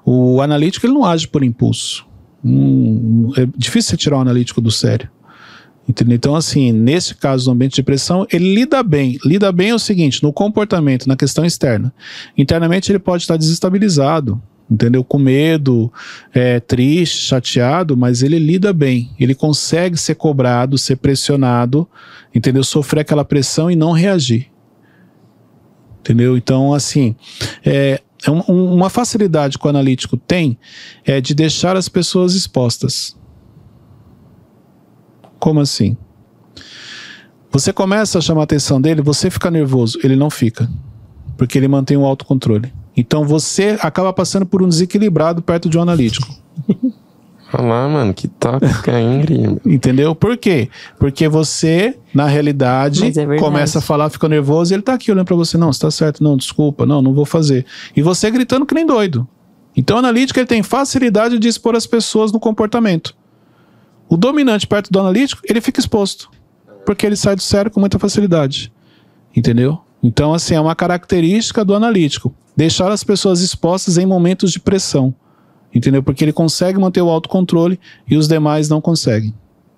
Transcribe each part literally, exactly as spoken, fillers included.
O analítico, ele não age por impulso. Hum, é difícil você tirar o analítico do sério. Entendeu? Então, assim, nesse caso do ambiente de pressão, ele lida bem. Lida bem é o seguinte, no comportamento, na questão externa. Internamente, ele pode estar desestabilizado, entendeu? Com medo, é, triste, chateado, mas ele lida bem. Ele consegue ser cobrado, ser pressionado, entendeu? Sofrer aquela pressão e não reagir. Entendeu? Então, assim, é, é um, uma facilidade que o analítico tem é de deixar as pessoas expostas. Como assim? Você começa a chamar a atenção dele, você fica nervoso, ele não fica, porque ele mantém o autocontrole. Então você acaba passando por um desequilibrado perto de um analítico. Olha lá, mano, que tópica, Ingrid. Entendeu? Por quê? Porque você, na realidade, é começa a falar, fica nervoso, e ele tá aqui olhando pra você, não, você tá certo, não, desculpa, não, não vou fazer. E você gritando que nem doido. Então o analítico, ele tem facilidade de expor as pessoas no comportamento. O dominante perto do analítico, ele fica exposto, porque ele sai do sério com muita facilidade. Entendeu? Então, assim, é uma característica do analítico, deixar as pessoas expostas em momentos de pressão. Entendeu? Porque ele consegue manter o autocontrole e os demais não conseguem.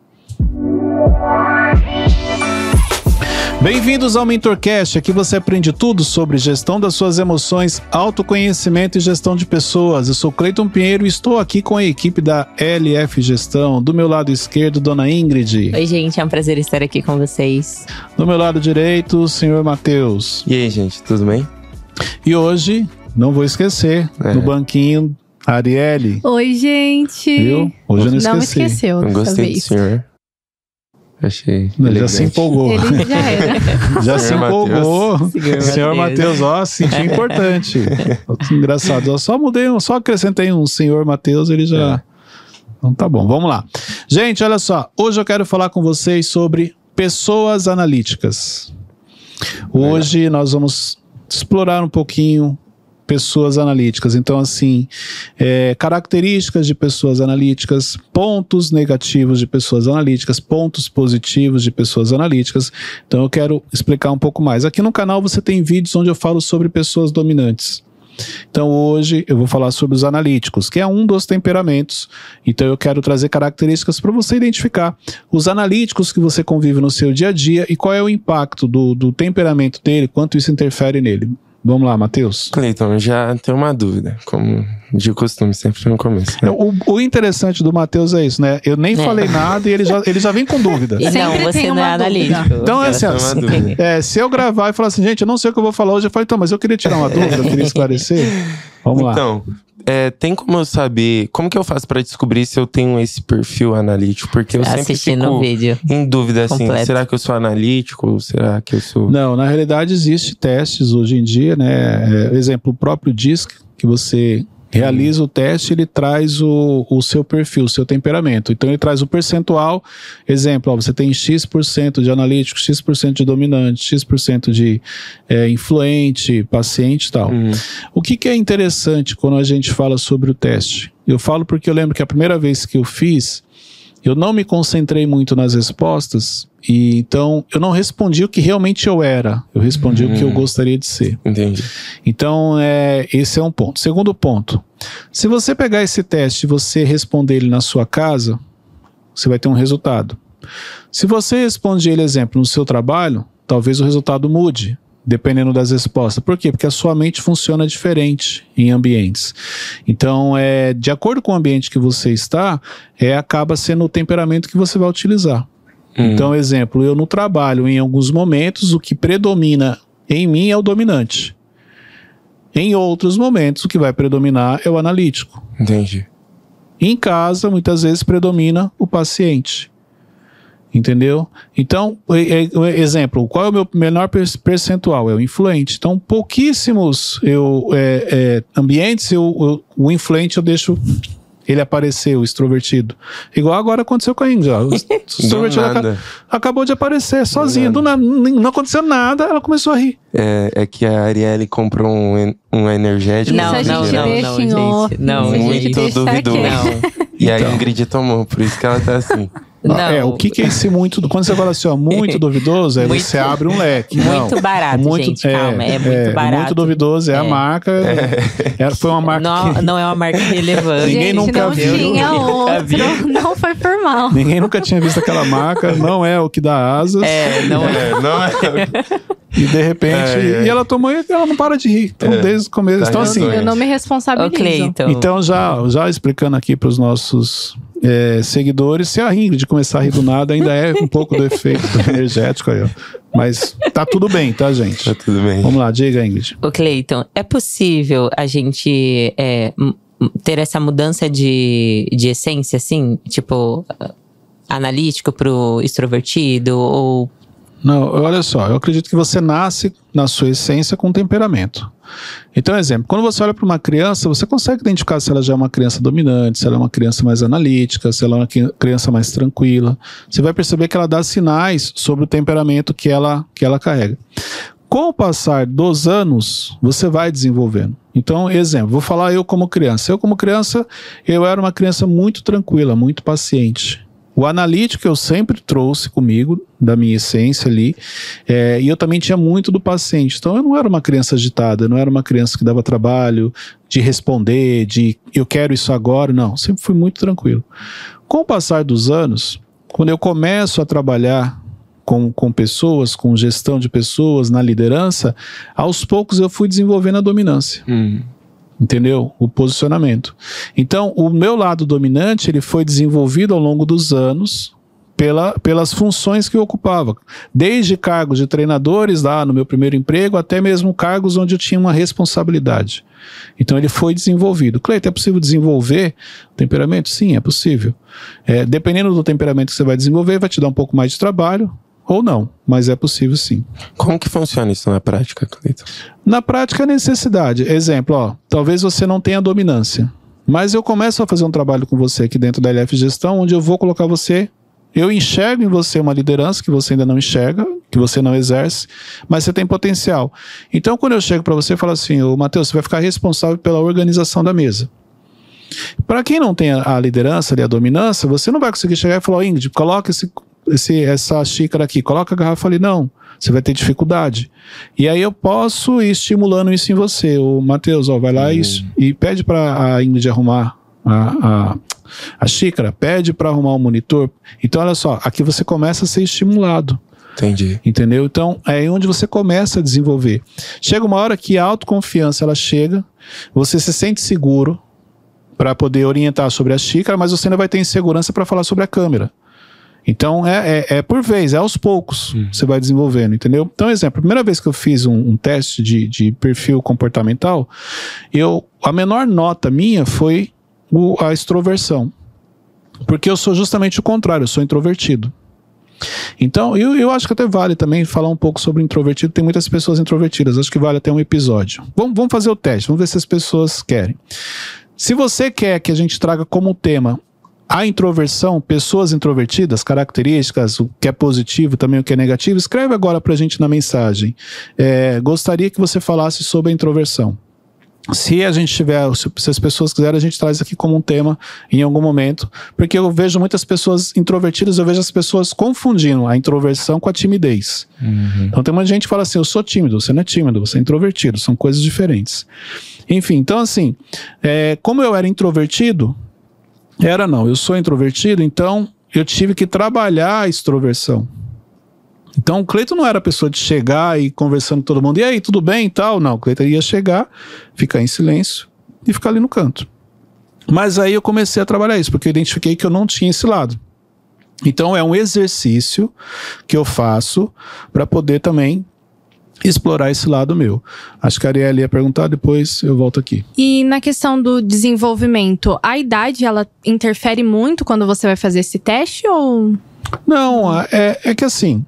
Bem-vindos ao MentorCast, aqui você aprende tudo sobre gestão das suas emoções, autoconhecimento e gestão de pessoas. Eu sou Cleiton Pinheiro e estou aqui com a equipe da L F Gestão. Do meu lado esquerdo, Dona Ingrid. Oi, gente, é um prazer estar aqui com vocês. Do meu lado direito, senhor Matheus. E aí, gente, tudo bem? E hoje, não vou esquecer, é. no banquinho, a Arielle. Oi, gente. Viu? Hoje eu não esqueci. Não me esqueceu. Eu gostei do senhor. Achei Ele já se empolgou. Ele já era. Já se empolgou. Senhor, senhor Matheus, ó, sentiu importante. Engraçado. Eu só mudei, só acrescentei um senhor Matheus, ele já... É. Então tá bom, vamos lá. Gente, olha só. Hoje eu quero falar com vocês sobre pessoas analíticas. Hoje é. nós vamos explorar um pouquinho pessoas analíticas. Então, assim, é, características de pessoas analíticas, pontos negativos de pessoas analíticas, pontos positivos de pessoas analíticas. Então, eu quero explicar um pouco mais. Aqui no canal você tem vídeos onde eu falo sobre pessoas dominantes. Então, hoje eu vou falar sobre os analíticos, que é um dos temperamentos. Então, eu quero trazer características para você identificar os analíticos que você convive no seu dia a dia e qual é o impacto do, do temperamento dele, quanto isso interfere nele. Vamos lá, Matheus. Cleiton, já tenho uma dúvida, como de costume, sempre no começo. Né? O, o interessante do Matheus é isso, né? Eu nem é. falei nada e ele já, ele já vem com dúvida. E não, você não é analítico. Então, é assim, é, se eu gravar e falar assim, gente, eu não sei o que eu vou falar hoje, eu falo, então, mas eu queria tirar uma dúvida, eu queria esclarecer. Vamos lá. Então, é, tem como eu saber, como que eu faço pra descobrir se eu tenho esse perfil analítico? Porque eu sempre Assistindo fico o vídeo em dúvida, assim, completo. Será que eu sou analítico ou será que eu sou... Não, na realidade existe testes hoje em dia, né? É, exemplo, o próprio D I S C, que você realiza o teste, ele traz o, o seu perfil, o seu temperamento. Então ele traz o percentual, exemplo, ó, você tem X% de analítico, X% de dominante, X% de é, influente, paciente e tal. Uhum. O que, que é interessante quando a gente fala sobre o teste? Eu falo porque eu lembro que a primeira vez que eu fiz, eu não me concentrei muito nas respostas, e então eu não respondi o que realmente eu era, eu respondi hum. o que eu gostaria de ser. Entendi. Então é, esse é um ponto. Segundo ponto, se você pegar esse teste e você responder ele na sua casa, você vai ter um resultado. Se você responde ele, exemplo, no seu trabalho, talvez o resultado mude, dependendo das respostas. Por quê? Porque a sua mente funciona diferente em ambientes. Então, é, de acordo com o ambiente que você está, é, acaba sendo o temperamento que você vai utilizar. Hum. Então, exemplo, eu no trabalho, em alguns momentos, o que predomina em mim é o dominante. Em outros momentos, o que vai predominar é o analítico. Entendi. Em casa, muitas vezes, predomina o paciente. Entendeu? Então, exemplo, qual é o meu menor percentual? É o influente. Então, pouquíssimos eu, é, é, ambientes, eu, eu, o influente eu deixo ele aparecer, o extrovertido. Igual agora aconteceu com a Ingrid. O extrovertido aca- acabou de aparecer sozinho. Do nada. Do nada, não aconteceu nada, ela começou a rir. É, é que a Arielle comprou um, um energético. Não, não, não, não, não, gente. Não, muito gente. duvidoso. E não. a Ingrid tomou, por isso que ela tá assim. Não. É, o que, que é esse muito... Quando você fala assim, ó, muito duvidoso, é Muito- você abre um leque. Muito Não, barato, muito, gente, calma, é muito barato. Muito duvidoso, é, a É. marca. É, foi uma marca Não, que não é uma marca relevante. Ninguém Gente, nunca não viu. tinha Nunca outro. vi. Não foi por mal. ninguém nunca tinha visto aquela marca. Não é o que dá asas. É, não é. É, não é. E de repente... É, é. E ela tomou e ela não para de rir. Então, É. desde o começo. Tá Então, assim... rindo. Eu não me Ô, responsabilizo. Cleiton. Então, já, já explicando aqui para os nossos é, seguidores, se a Ingrid começar a rir do nada, ainda é um pouco do efeito energético aí, ó. Mas tá tudo bem, tá, gente? Tá tudo bem. Vamos lá, diga, Ingrid. Ô, Cleiton, é possível a gente é, m- m- ter essa mudança de, de essência, assim? Tipo, ah, analítico pro extrovertido? Ou Não, olha só, eu acredito que você nasce na sua essência com temperamento. Então, exemplo, quando você olha para uma criança, você consegue identificar se ela já é uma criança dominante, se ela é uma criança mais analítica, se ela é uma cri- criança mais tranquila. Você vai perceber que ela dá sinais sobre o temperamento que ela, que ela carrega. Com o passar dos anos, você vai desenvolvendo. Então, exemplo, vou falar eu como criança. Eu como criança, eu era uma criança muito tranquila, muito paciente. O analítico eu sempre trouxe comigo, da minha essência ali, é, e eu também tinha muito do paciente. Então eu não era uma criança agitada, eu não era uma criança que dava trabalho de responder, de eu quero isso agora, não. Sempre fui muito tranquilo. Com o passar dos anos, quando eu começo a trabalhar com, com pessoas, com gestão de pessoas, na liderança, aos poucos eu fui desenvolvendo a dominância. Hum. Entendeu? O posicionamento. Então, o meu lado dominante, ele foi desenvolvido ao longo dos anos pela, pelas funções que eu ocupava. Desde cargos de treinadores lá no meu primeiro emprego, até mesmo cargos onde eu tinha uma responsabilidade. Então, ele foi desenvolvido. Cleiton, é possível desenvolver temperamento? Sim, é possível. É, dependendo do temperamento que você vai desenvolver, vai te dar um pouco mais de trabalho, ou não, mas é possível sim. Como que funciona isso na prática, Cleiton? Na prática, é necessidade. Exemplo, ó, talvez você não tenha dominância, mas eu começo a fazer um trabalho com você aqui dentro da L F Gestão, onde eu vou colocar você, eu enxergo em você uma liderança que você ainda não enxerga, que você não exerce, mas você tem potencial. Então, quando eu chego para você e falo assim, ô Matheus, você vai ficar responsável pela organização da mesa. Para quem não tem a, a liderança ali, a dominância, você não vai conseguir chegar e falar, ó, Ingrid, coloca esse... Esse, essa xícara aqui, coloca a garrafa ali, não, você vai ter dificuldade. E aí eu posso ir estimulando isso em você. O Matheus, ó, vai lá Uhum. isso, e pede para a Ingrid arrumar a, a, a xícara, pede para arrumar o monitor. Então, olha só, aqui você começa a ser estimulado. Entendi. Entendeu? Então, é aí onde você começa a desenvolver. Chega uma hora que a autoconfiança, ela chega, você se sente seguro para poder orientar sobre a xícara, mas você ainda vai ter insegurança para falar sobre a câmera. Então, é, é, é por vez, é aos poucos Uhum. você vai desenvolvendo, entendeu? Então, exemplo, a primeira vez que eu fiz um, um teste de, de perfil comportamental, eu, a menor nota minha foi o, a extroversão. Porque eu sou justamente o contrário, eu sou introvertido. Então, eu, eu acho que até vale também falar um pouco sobre introvertido. Tem muitas pessoas introvertidas, acho que vale até um episódio. Vamos, vamos fazer o teste, vamos ver se as pessoas querem. Se você quer que a gente traga como tema a introversão, pessoas introvertidas, características, o que é positivo, também o que é negativo, escreve agora pra gente na mensagem. É, gostaria que você falasse sobre a introversão. Se a gente tiver, se as pessoas quiserem, a gente traz aqui como um tema em algum momento, porque eu vejo muitas pessoas introvertidas, eu vejo as pessoas confundindo a introversão com a timidez. Uhum. Então tem muita gente que fala assim, eu sou tímido, você não é tímido, você é introvertido, são coisas diferentes. Enfim, então assim, é, como eu era introvertido, era não, eu sou introvertido, então eu tive que trabalhar a extroversão. Então o Cleiton não era a pessoa de chegar e conversando com todo mundo, e aí, tudo bem e tal? Não, o Cleiton ia chegar, ficar em silêncio e ficar ali no canto. Mas aí eu comecei a trabalhar isso, porque eu identifiquei que eu não tinha esse lado. Então é um exercício que eu faço para poder também explorar esse lado meu. Acho que a Arielle ia perguntar, depois eu volto aqui. E na questão do desenvolvimento, a idade, ela interfere muito quando você vai fazer esse teste ou... Não, é, é que assim,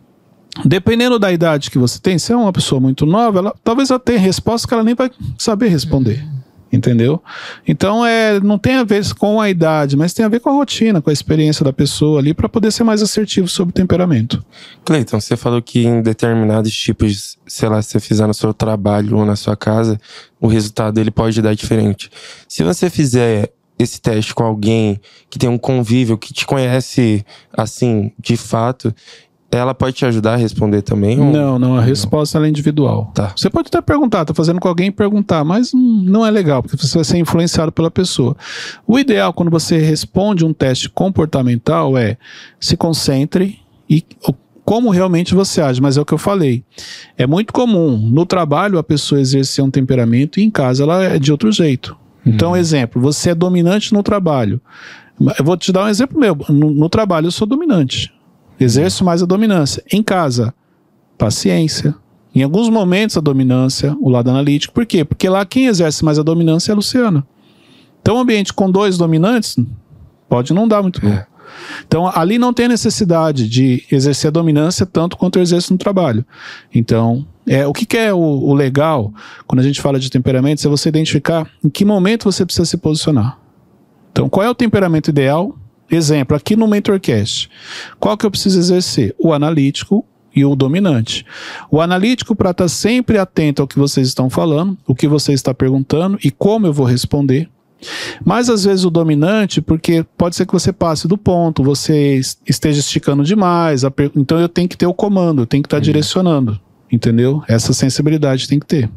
dependendo da idade que você tem, se é uma pessoa muito nova, ela, talvez ela tenha resposta que ela nem vai saber responder. Entendeu? Então é, não tem a ver com a idade, mas tem a ver com a rotina, com a experiência da pessoa ali, para poder ser mais assertivo sobre o temperamento. Cleiton, você falou que em determinados tipos, sei lá, se você fizer no seu trabalho ou na sua casa, o resultado ele pode dar diferente. Se você fizer esse teste com alguém que tem um convívio, que te conhece, assim, de fato, ela pode te ajudar a responder também? Ou... Não, não, a resposta ela é individual. Tá. Você pode até perguntar, tá fazendo com alguém e perguntar, mas hum, não é legal, porque você vai ser influenciado pela pessoa. O ideal, quando você responde um teste comportamental, é se concentre e como realmente você age, mas é o que eu falei. É muito comum, no trabalho a pessoa exercer um temperamento e em casa ela é de outro jeito. Então, exemplo, você é dominante no trabalho. Eu vou te dar um exemplo meu. No, no trabalho eu sou dominante. Exerço mais a dominância. Em casa, paciência. Em alguns momentos a dominância, o lado analítico. Por quê? Porque lá quem exerce mais a dominância é a Luciana. Então, um ambiente com dois dominantes pode não dar muito bom. É. Então, ali não tem necessidade de exercer a dominância tanto quanto eu exerço no trabalho. Então, é, o que, que é o, o legal, quando a gente fala de temperamentos, é você identificar em que momento você precisa se posicionar. Então, qual é o temperamento ideal? Exemplo, aqui no MentorCast. Qual que eu preciso exercer? O analítico e o dominante. O analítico para estar sempre atento ao que vocês estão falando, o que você está perguntando e como eu vou responder. Mas às vezes o dominante, porque pode ser que você passe do ponto, você esteja esticando demais, per... então eu tenho que ter o comando, eu tenho que estar uhum. direcionando, entendeu? Essa sensibilidade tem que ter.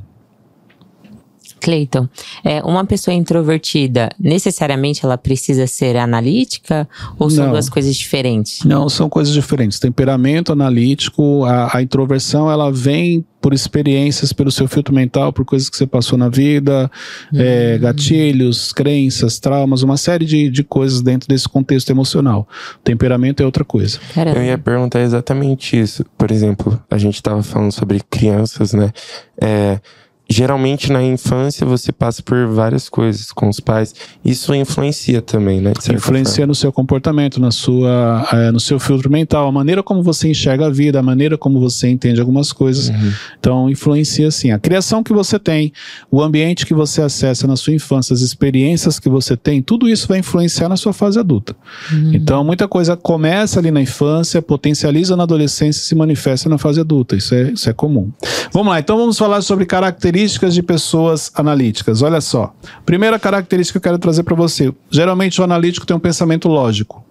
Cleiton, é, uma pessoa introvertida, necessariamente ela precisa ser analítica ou são Não. duas coisas diferentes? Não, são coisas diferentes. Temperamento analítico, a, a introversão, ela vem por experiências, pelo seu filtro mental, por coisas que você passou na vida, hum. é, gatilhos, crenças, traumas, uma série de, de coisas dentro desse contexto emocional. Temperamento é outra coisa. Caramba. Eu ia perguntar exatamente isso. Por exemplo, a gente estava falando sobre crianças, né? É... Geralmente na infância você passa por várias coisas com os pais. Isso influencia também, né? Influencia forma. no seu comportamento, na sua, é, no seu filtro mental, a maneira como você enxerga a vida, a maneira como você entende algumas coisas. Uhum. Então influencia sim. A criação que você tem, o ambiente que você acessa na sua infância, as experiências que você tem, tudo isso vai influenciar na sua fase adulta. Uhum. Então muita coisa começa ali na infância, potencializa na adolescência e se manifesta na fase adulta. Isso é, isso é comum. Vamos lá, então vamos falar sobre características Características de pessoas analíticas. Olha só. Primeira característica que eu quero trazer para você. Geralmente o analítico tem um pensamento lógico.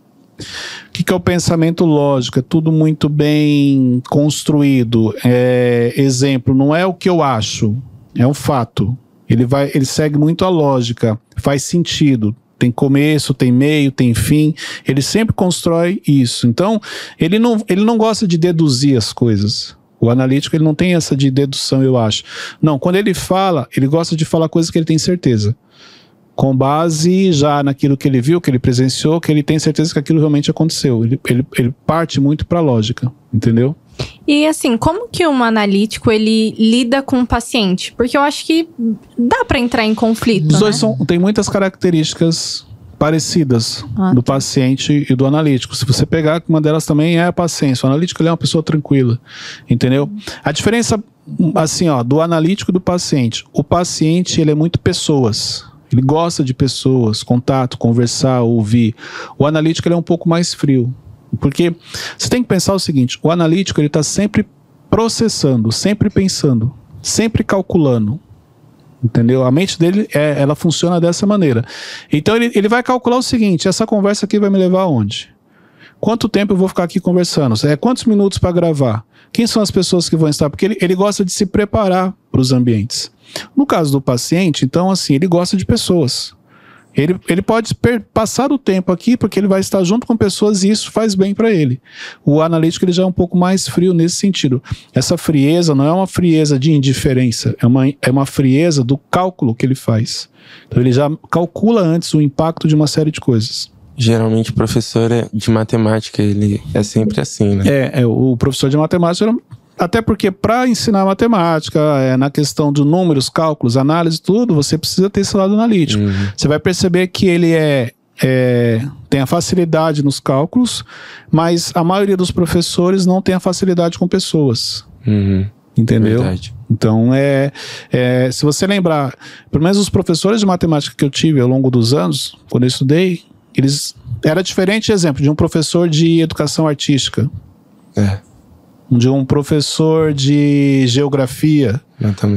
O que, que é o pensamento lógico? É tudo muito bem construído. É, exemplo, não é o que eu acho, é um fato. Ele, vai, ele segue muito a lógica, faz sentido. Tem começo, tem meio, tem fim. Ele sempre constrói isso. Então, ele não, ele não gosta de deduzir as coisas. O analítico, ele não tem essa de dedução, eu acho. Não, quando ele fala, ele gosta de falar coisas que ele tem certeza. Com base já naquilo que ele viu, que ele presenciou, que ele tem certeza que aquilo realmente aconteceu. Ele, ele, ele parte muito para a lógica, entendeu? E assim, como que um analítico, ele lida com o paciente? Porque eu acho que dá para entrar em conflito, Os dois né? são, tem muitas características parecidas ah, do tá. paciente e do analítico. Se você pegar, uma delas também é a paciência. O analítico ele é uma pessoa tranquila, entendeu? A diferença, assim, ó, do analítico e do paciente. O paciente, ele é muito pessoas. Ele gosta de pessoas, contato, conversar, ouvir. O analítico, ele é um pouco mais frio. Porque você tem que pensar o seguinte, o analítico, ele está sempre processando, sempre pensando, sempre calculando. Entendeu? A mente dele, é, ela funciona dessa maneira. Então ele, ele vai calcular o seguinte, essa conversa aqui vai me levar aonde? Quanto tempo eu vou ficar aqui conversando? É, quantos minutos para gravar? Quem são as pessoas que vão estar? Porque ele, ele gosta de se preparar para os ambientes. No caso do paciente, então assim, ele gosta de pessoas. Ele, ele pode per, passar o tempo aqui porque ele vai estar junto com pessoas e isso faz bem para ele. O analítico ele já é um pouco mais frio nesse sentido. Essa frieza não é uma frieza de indiferença, é uma, é uma frieza do cálculo que ele faz. Então ele já calcula antes o impacto de uma série de coisas. Geralmente o professor de matemática, ele é sempre assim, né? É, é o professor de matemática... Até porque para ensinar matemática, é, na questão de números, cálculos, análise, tudo, você precisa ter esse lado analítico. Uhum. Você vai perceber que ele é, é, tem a facilidade nos cálculos, mas a maioria dos professores não tem a facilidade com pessoas. Uhum. Entendeu? Verdade. Então, é, é, se você lembrar, pelo menos os professores de matemática que eu tive ao longo dos anos, quando eu estudei, eles era diferente, exemplo, de um professor de educação artística. É. De um professor de geografia. Eu também.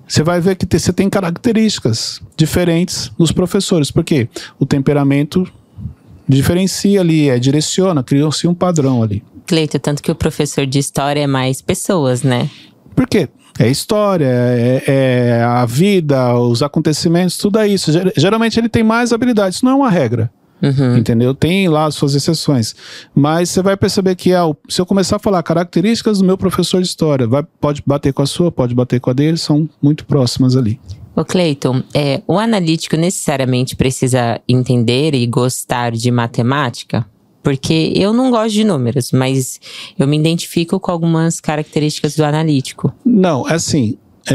você vai ver que te, você tem características diferentes nos professores, porque o temperamento diferencia ali, é, direciona, criou-se um padrão ali. Cleiton, tanto que o professor de história é mais pessoas, né? Por quê? É história, é, é a vida, os acontecimentos, tudo é isso. Geralmente ele tem mais habilidades, isso não é uma regra. Uhum. Entendeu? Tem lá as suas exceções. Mas você vai perceber que ah, se eu começar a falar características do meu professor de história, vai, pode bater com a sua, pode bater com a dele, são muito próximas ali. Ô Cleiton, é, o analítico necessariamente precisa entender e gostar de matemática? Porque eu não gosto de números, mas eu me identifico com algumas características do analítico. Não, assim,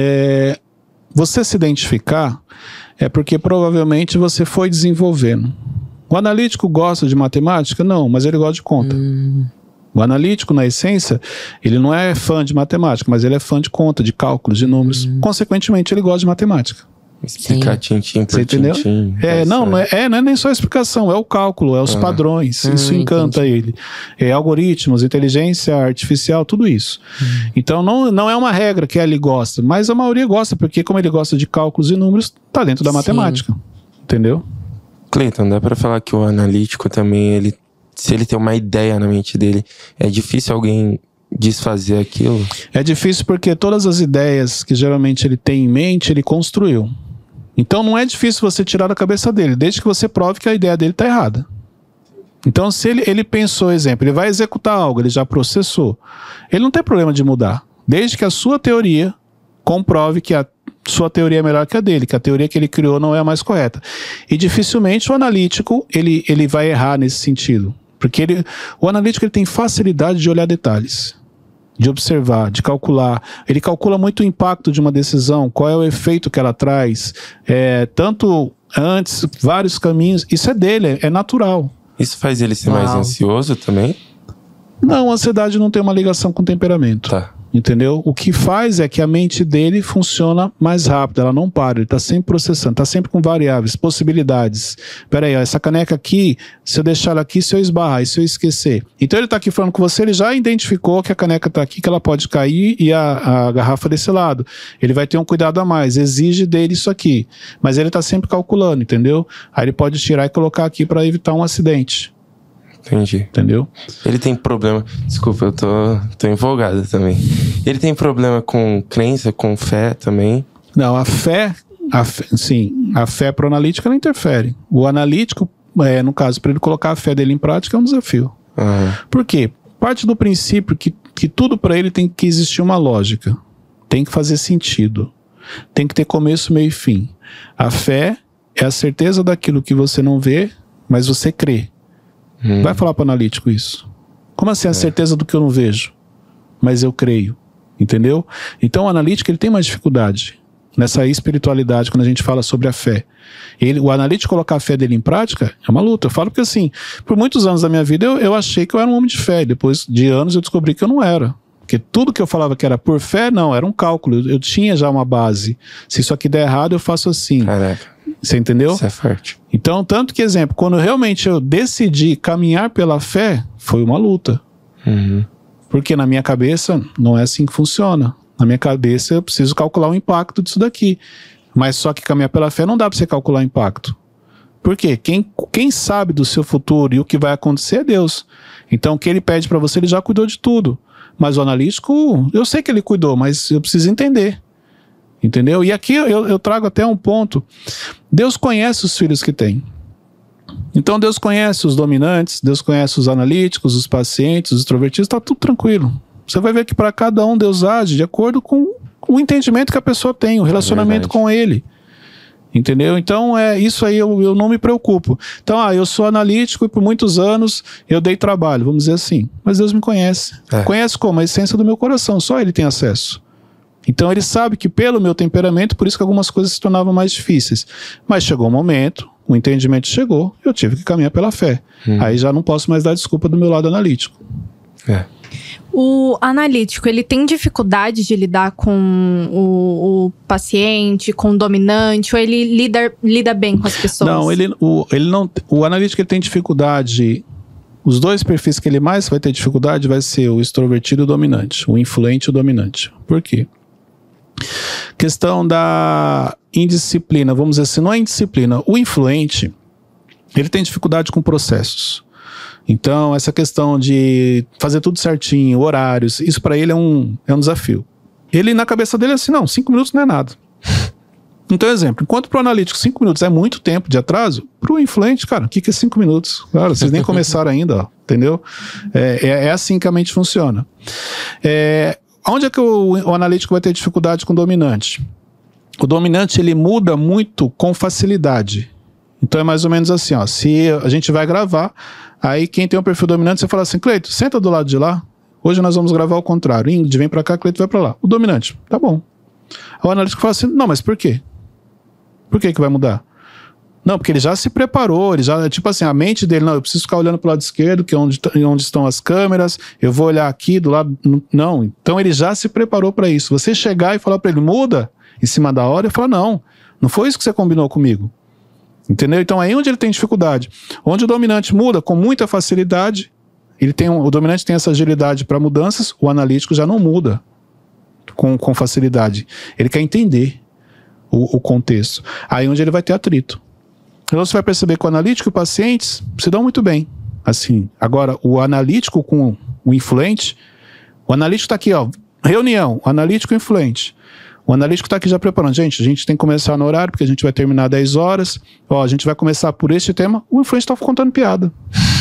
é, você se identificar é porque provavelmente você foi desenvolvendo. O analítico gosta de matemática? Não, mas ele gosta de conta. Hum. O analítico, na essência, ele não é fã de matemática, mas ele é fã de conta, de cálculos, de números. Hum. Consequentemente, ele gosta de matemática. Explicar tintim por tintim. Você entendeu? É, não, não é, é, não é nem só a explicação, é o cálculo, é os ah. padrões. Hum, isso encanta entendi. ele. É algoritmos, inteligência artificial, tudo isso. Hum. Então, não, não é uma regra que ele gosta, mas a maioria gosta, porque como ele gosta de cálculos e números, tá dentro da Sim. matemática. Entendeu? Cleiton, dá pra falar que o analítico também, ele, se ele tem uma ideia na mente dele, é difícil alguém desfazer aquilo? É difícil porque todas as ideias que geralmente ele tem em mente, ele construiu. Então não é difícil você tirar da cabeça dele, desde que você prove que a ideia dele está errada. Então se ele, ele pensou, exemplo, ele vai executar algo, ele já processou, ele não tem problema de mudar, desde que a sua teoria comprove que a sua teoria é melhor que a dele, que a teoria que ele criou não é a mais correta. E dificilmente o analítico ele, ele vai errar nesse sentido, porque ele, o analítico ele tem facilidade de olhar detalhes, de observar, de calcular. Ele calcula muito o impacto de uma decisão, qual é o efeito que ela traz, é, tanto antes, vários caminhos, isso é dele, é natural. Isso faz ele ser Uau. mais ansioso também? Não, a ansiedade não tem uma ligação com temperamento. Tá. Entendeu? O que faz é que a mente dele funciona mais rápido, ela não para, ele está sempre processando, está sempre com variáveis, possibilidades. Peraí, ó, essa caneca aqui, se eu deixar ela aqui, se eu esbarrar, e se eu esquecer? Então ele está aqui falando com você, ele já identificou que a caneca está aqui, que ela pode cair e a, a garrafa desse lado. Ele vai ter um cuidado a mais, exige dele isso aqui. Mas ele está sempre calculando, entendeu? Aí ele pode tirar e colocar aqui para evitar um acidente. Entendi. Entendeu? Ele tem problema... Desculpa, eu tô, tô empolgado também. Ele tem problema com crença, com fé também? Não, a fé... A fé sim, a fé pro analítico ela interfere. O analítico, é, no caso, para ele colocar a fé dele em prática é um desafio. Uhum. Por quê? Parte do princípio que, que tudo para ele tem que existir uma lógica. Tem que fazer sentido. Tem que ter começo, meio e fim. A fé é a certeza daquilo que você não vê, mas você crê. Hum. Vai falar para o analítico isso. Como assim a é. certeza do que eu não vejo? Mas eu creio. Entendeu? Então o analítico ele tem mais dificuldade nessa espiritualidade quando a gente fala sobre a fé. Ele, o analítico colocar a fé dele em prática é uma luta. Eu falo porque assim, por muitos anos da minha vida eu, eu achei que eu era um homem de fé. Depois de anos eu descobri que eu não era. Porque tudo que eu falava que era por fé, não, era um cálculo. Eu, eu tinha já uma base. Se isso aqui der errado, eu faço assim. Caraca. Você entendeu? Isso é forte. Então, tanto que, exemplo, quando realmente eu decidi caminhar pela fé, foi uma luta. Uhum. Porque na minha cabeça, não é assim que funciona. Na minha cabeça, eu preciso calcular o impacto disso daqui. Mas só que caminhar pela fé não dá para você calcular o impacto. Por quê? Quem, quem sabe do seu futuro e o que vai acontecer é Deus. Então, o que ele pede para você, ele já cuidou de tudo. Mas o analítico, eu sei que ele cuidou, mas eu preciso entender. Entendeu? E aqui eu, eu trago até um ponto. Deus conhece os filhos que tem. Então Deus conhece os dominantes, Deus conhece os analíticos, os pacientes, os extrovertidos, está tudo tranquilo. Você vai ver que para cada um Deus age de acordo com o entendimento que a pessoa tem, o relacionamento é com ele. Entendeu? Então é isso aí, eu, eu não me preocupo. Então, ah, eu sou analítico e por muitos anos eu dei trabalho, vamos dizer assim. Mas Deus me conhece. É. Conhece como? A essência do meu coração, só Ele tem acesso. Então ele sabe que pelo meu temperamento, por isso que algumas coisas se tornavam mais difíceis. Mas chegou um momento, o entendimento chegou, eu tive que caminhar pela fé. Hum. Aí já não posso mais dar desculpa do meu lado analítico. É. O analítico, ele tem dificuldade de lidar com o, o paciente, com o dominante, ou ele lida, lida bem com as pessoas? Não, ele, o, ele não, o analítico ele tem dificuldade. Os dois perfis que ele mais vai ter dificuldade vai ser o extrovertido e o dominante, o influente e o dominante. Por quê? Questão da indisciplina, vamos dizer assim, não é indisciplina. O influente, ele tem dificuldade com processos. Então, essa questão de fazer tudo certinho, horários, isso para ele é um, é um desafio. Ele, na cabeça dele, é assim, não, cinco minutos não é nada. Então, exemplo, enquanto para o analítico cinco minutos é muito tempo de atraso, para o influente, cara, o que, que é cinco minutos? Claro, vocês nem começaram ainda, ó, entendeu? É, é, é assim que a mente funciona. É, onde é que o, o analítico vai ter dificuldade com o dominante? O dominante, ele muda muito com facilidade. Então é mais ou menos assim, ó, se a gente vai gravar, aí quem tem um perfil dominante, você fala assim, Cleito, senta do lado de lá, hoje nós vamos gravar ao contrário, Ingrid vem pra cá, Cleito vai pra lá. O dominante, tá bom. O analítico fala assim, não, mas por quê? Por que que vai mudar? Não, porque ele já se preparou, ele já, tipo assim, a mente dele, não, eu preciso ficar olhando pro lado esquerdo, que é onde, onde estão as câmeras, eu vou olhar aqui do lado, não, então ele já se preparou para isso. Você chegar e falar para ele, muda, em cima da hora, ele fala, não, não foi isso que você combinou comigo. Entendeu? Então aí onde ele tem dificuldade. Onde o dominante muda com muita facilidade, ele tem um, o dominante tem essa agilidade para mudanças, o analítico já não muda com, com facilidade. Ele quer entender o, o contexto. Aí onde ele vai ter atrito. Então você vai perceber que o analítico e o paciente se dão muito bem. Assim, agora o analítico com o influente, o analítico está aqui, ó, reunião, o analítico e o influente. O analítico está aqui já preparando. Gente, a gente tem que começar no horário, porque a gente vai terminar dez horas. Ó, a gente vai começar por este tema. O influente está contando piada.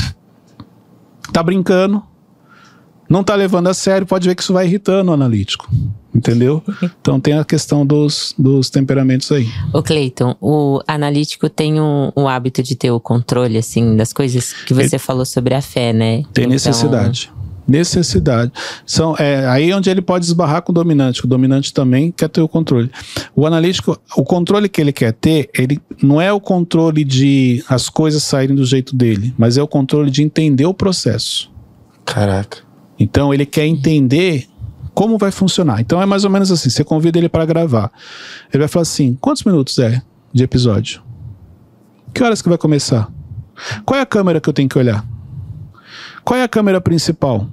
Tá brincando. Não tá levando a sério. Pode ver que isso vai irritando o analítico. Entendeu? Então tem a questão dos, dos temperamentos aí. Ô Cleiton, o analítico tem um, o hábito de ter o controle, assim, das coisas que você Ele falou sobre a fé, né? Tem então... necessidade. Necessidade. São, é aí onde ele pode esbarrar com o dominante. O dominante também quer ter o controle. O analítico, o controle que ele quer ter, ele não é o controle de as coisas saírem do jeito dele, mas é o controle de entender o processo. Caraca. Então ele quer entender como vai funcionar. Então é mais ou menos assim, você convida ele para gravar. Ele vai falar assim, quantos minutos é de episódio? Que horas que vai começar? Qual é a câmera que eu tenho que olhar? Qual é a câmera principal?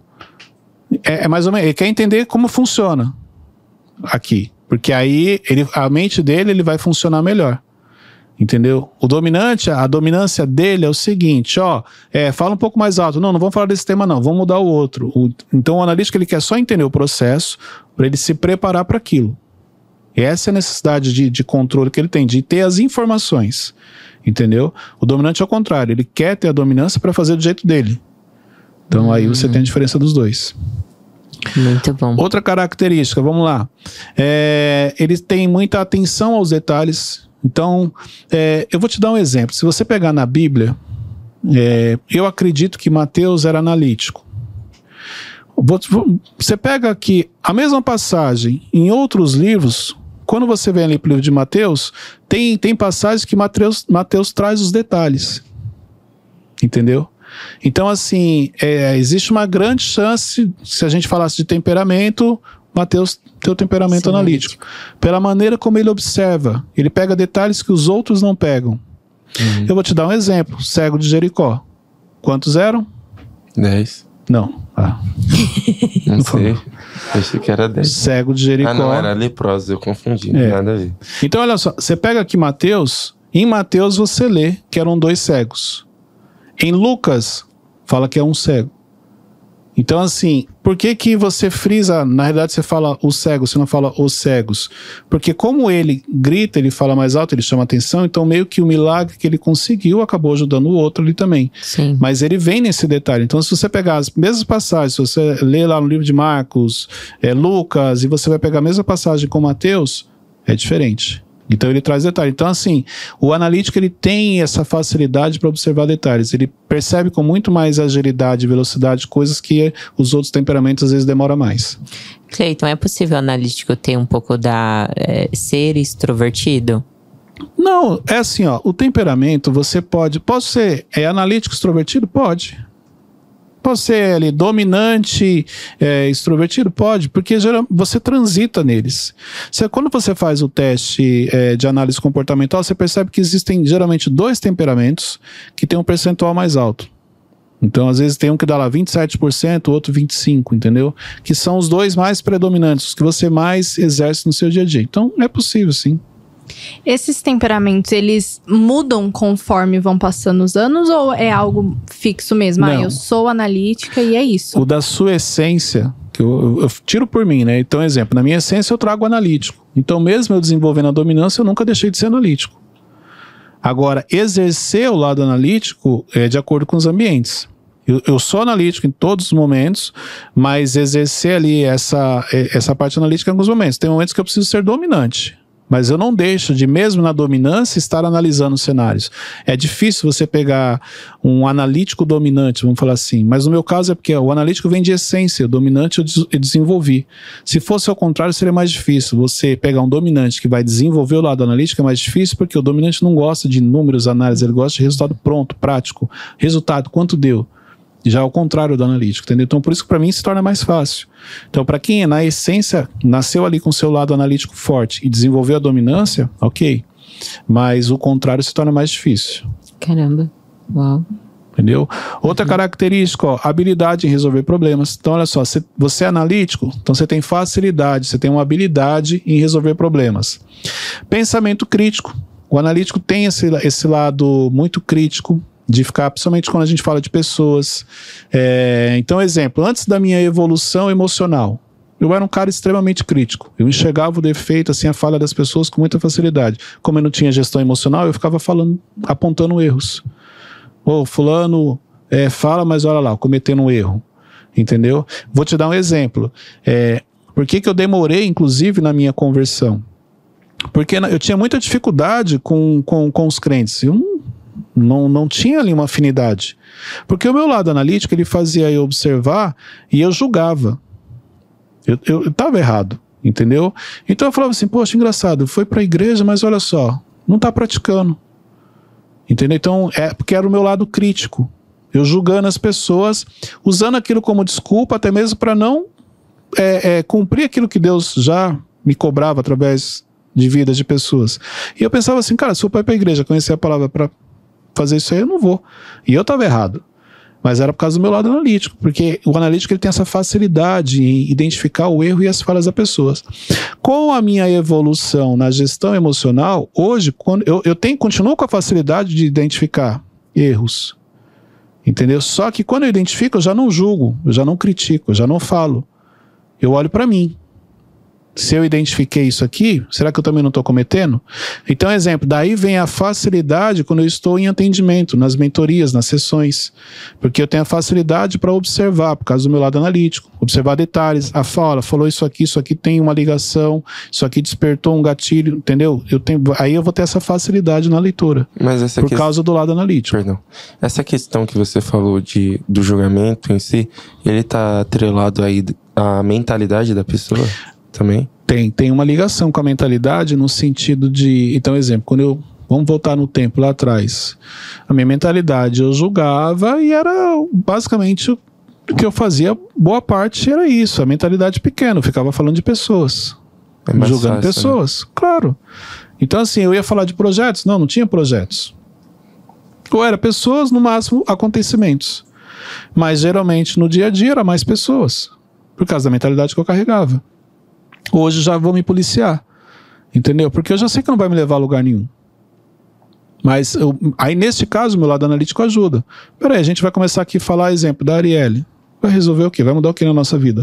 É, é mais ou menos, ele quer entender como funciona aqui, porque aí ele, a mente dele ele vai funcionar melhor, entendeu? O dominante, a dominância dele é o seguinte, ó, é, fala um pouco mais alto, não, não vamos falar desse tema não, vamos mudar o outro. O, então o analítico ele quer só entender o processo para ele se preparar para aquilo. E essa é a necessidade de, de controle que ele tem, de ter as informações, entendeu? O dominante é o contrário, ele quer ter a dominância para fazer do jeito dele. Então hum. aí você tem a diferença dos dois. Muito bom. Outra característica, vamos lá. É, eles têm muita atenção aos detalhes. Então, é, eu vou te dar um exemplo. Se você pegar na Bíblia, é, eu acredito que Mateus era analítico. Você pega aqui a mesma passagem em outros livros, quando você vem ali para o livro de Mateus, tem, tem passagens que Mateus, Mateus traz os detalhes. Entendeu? Então, assim, é, existe uma grande chance, se a gente falasse de temperamento, Mateus tem o temperamento Sim, analítico. Pela maneira como ele observa, ele pega detalhes que os outros não pegam. Uhum. Eu vou te dar um exemplo, cego de Jericó. Quantos eram? Dez. Não. Ah. Não sei. Achei que era dez. Cego de Jericó. Ah, não, era leproso, eu confundi. É. Nada a ver. Então, olha só, você pega aqui Mateus, em Mateus você lê que eram dois cegos. Em Lucas, fala que é um cego. Então, assim, por que que você frisa, na realidade você fala os cegos, você não fala os cegos? Porque como ele grita, ele fala mais alto, ele chama atenção, então meio que o milagre que ele conseguiu acabou ajudando o outro ali também. Sim. Mas ele vem nesse detalhe. Então, se você pegar as mesmas passagens, se você lê lá no livro de Marcos, é, Lucas, e você vai pegar a mesma passagem com Mateus, é diferente. Então ele traz detalhes. Então assim, o analítico ele tem essa facilidade para observar detalhes. Ele percebe com muito mais agilidade e velocidade coisas que os outros temperamentos às vezes demoram mais. Cleiton, é possível o analítico ter um pouco da... É, ser extrovertido? Não, é assim, ó, o temperamento você pode... Pode ser é analítico extrovertido? Pode. Pode ser ali, dominante, é, extrovertido? Pode, porque geral, você transita neles. Você, quando você faz o teste é, de análise comportamental, você percebe que existem geralmente dois temperamentos que têm um percentual mais alto. Então, às vezes, tem um que dá lá vinte e sete por cento, o outro vinte e cinco por cento, entendeu? Que são os dois mais predominantes, os que você mais exerce no seu dia a dia. Então, é possível, sim. Esses temperamentos, eles mudam conforme vão passando os anos ou é algo fixo mesmo? Não. Ah, eu sou analítica e é isso. O da sua essência, que eu, eu, eu tiro por mim, né? Então, exemplo, na minha essência eu trago analítico. Então, mesmo eu desenvolvendo a dominância, eu nunca deixei de ser analítico. Agora, exercer o lado analítico é de acordo com os ambientes. Eu, eu sou analítico em todos os momentos, mas exercer ali essa, essa parte analítica em alguns momentos. Tem momentos que eu preciso ser dominante, mas eu não deixo de, mesmo na dominância, estar analisando os cenários. É difícil você pegar um analítico dominante, vamos falar assim, mas no meu caso é porque o analítico vem de essência, o dominante eu, des eu desenvolvi. Se fosse ao contrário, seria mais difícil. Você pegar um dominante que vai desenvolver o lado analítico é mais difícil, porque o dominante não gosta de números, análise, ele gosta de resultado pronto, prático. Resultado, quanto deu? Já ao contrário do analítico, entendeu? Então, por isso que para mim se torna mais fácil. Então, para quem na essência nasceu ali com o seu lado analítico forte e desenvolveu a dominância, ok. Mas o contrário se torna mais difícil. Caramba, uau. Entendeu? Outra uhum. característica, ó, habilidade em resolver problemas. Então, olha só, cê, você é analítico, então você tem facilidade, você tem uma habilidade em resolver problemas. Pensamento crítico. O analítico tem esse, esse lado muito crítico, de ficar, principalmente quando a gente fala de pessoas. É, então, exemplo, antes da minha evolução emocional, eu era um cara extremamente crítico. Eu enxergava o defeito, assim, a falha das pessoas com muita facilidade. Como eu não tinha gestão emocional, eu ficava falando, apontando erros. Ô, fulano é, fala, mas olha lá, cometendo um erro. Entendeu? Vou te dar um exemplo. É, por que que eu demorei, inclusive, na minha conversão? Porque eu tinha muita dificuldade com, com, com os crentes. Eu não Não, não tinha ali uma afinidade. Porque o meu lado analítico, ele fazia eu observar e eu julgava. Eu, eu, eu tava errado, entendeu? Então eu falava assim, poxa, engraçado, foi pra igreja, mas olha só, não tá praticando. Entendeu? Então, é porque era o meu lado crítico. Eu julgando as pessoas, usando aquilo como desculpa, até mesmo para não é, é, cumprir aquilo que Deus já me cobrava através de vidas de pessoas. E eu pensava assim, cara, se eu for pra igreja, conhecer a palavra para fazer isso aí, eu não vou. E eu estava errado. Mas era por causa do meu lado analítico, porque o analítico ele tem essa facilidade em identificar o erro e as falhas das pessoas. Com a minha evolução na gestão emocional, hoje, quando eu, eu tenho, continuo com a facilidade de identificar erros. Entendeu? Só que quando eu identifico, eu já não julgo, eu já não critico, eu já não falo. Eu olho para mim. Se eu identifiquei isso aqui, será que eu também não estou cometendo? Então, exemplo, daí vem a facilidade quando eu estou em atendimento, nas mentorias, nas sessões. Porque eu tenho a facilidade para observar, por causa do meu lado analítico. Observar detalhes. A fala, falou isso aqui, isso aqui tem uma ligação, isso aqui despertou um gatilho, entendeu? Eu tenho, aí eu vou ter essa facilidade na leitura. Mas essa por que... causa do lado analítico. Perdão. Essa questão que você falou de, do julgamento em si, ele está atrelado aí à mentalidade da pessoa? Também? Tem, tem uma ligação com a mentalidade no sentido de... Então, exemplo, quando eu... Vamos voltar no tempo lá atrás. A minha mentalidade, eu julgava e era basicamente o que eu fazia, boa parte era isso, a mentalidade pequena, eu ficava falando de pessoas. É julgando fácil, pessoas, né? Claro. Então, assim, eu ia falar de projetos? Não, não tinha projetos. Ou era pessoas, no máximo, acontecimentos. Mas, geralmente, no dia a dia, era mais pessoas. Por causa da mentalidade que eu carregava. Hoje já vou me policiar, entendeu? Porque eu já sei que não vai me levar a lugar nenhum. Mas, eu, aí nesse caso, meu lado analítico ajuda. Peraí, a gente vai começar aqui a falar, exemplo, da Arielle. Vai resolver o quê? Vai mudar o quê na nossa vida?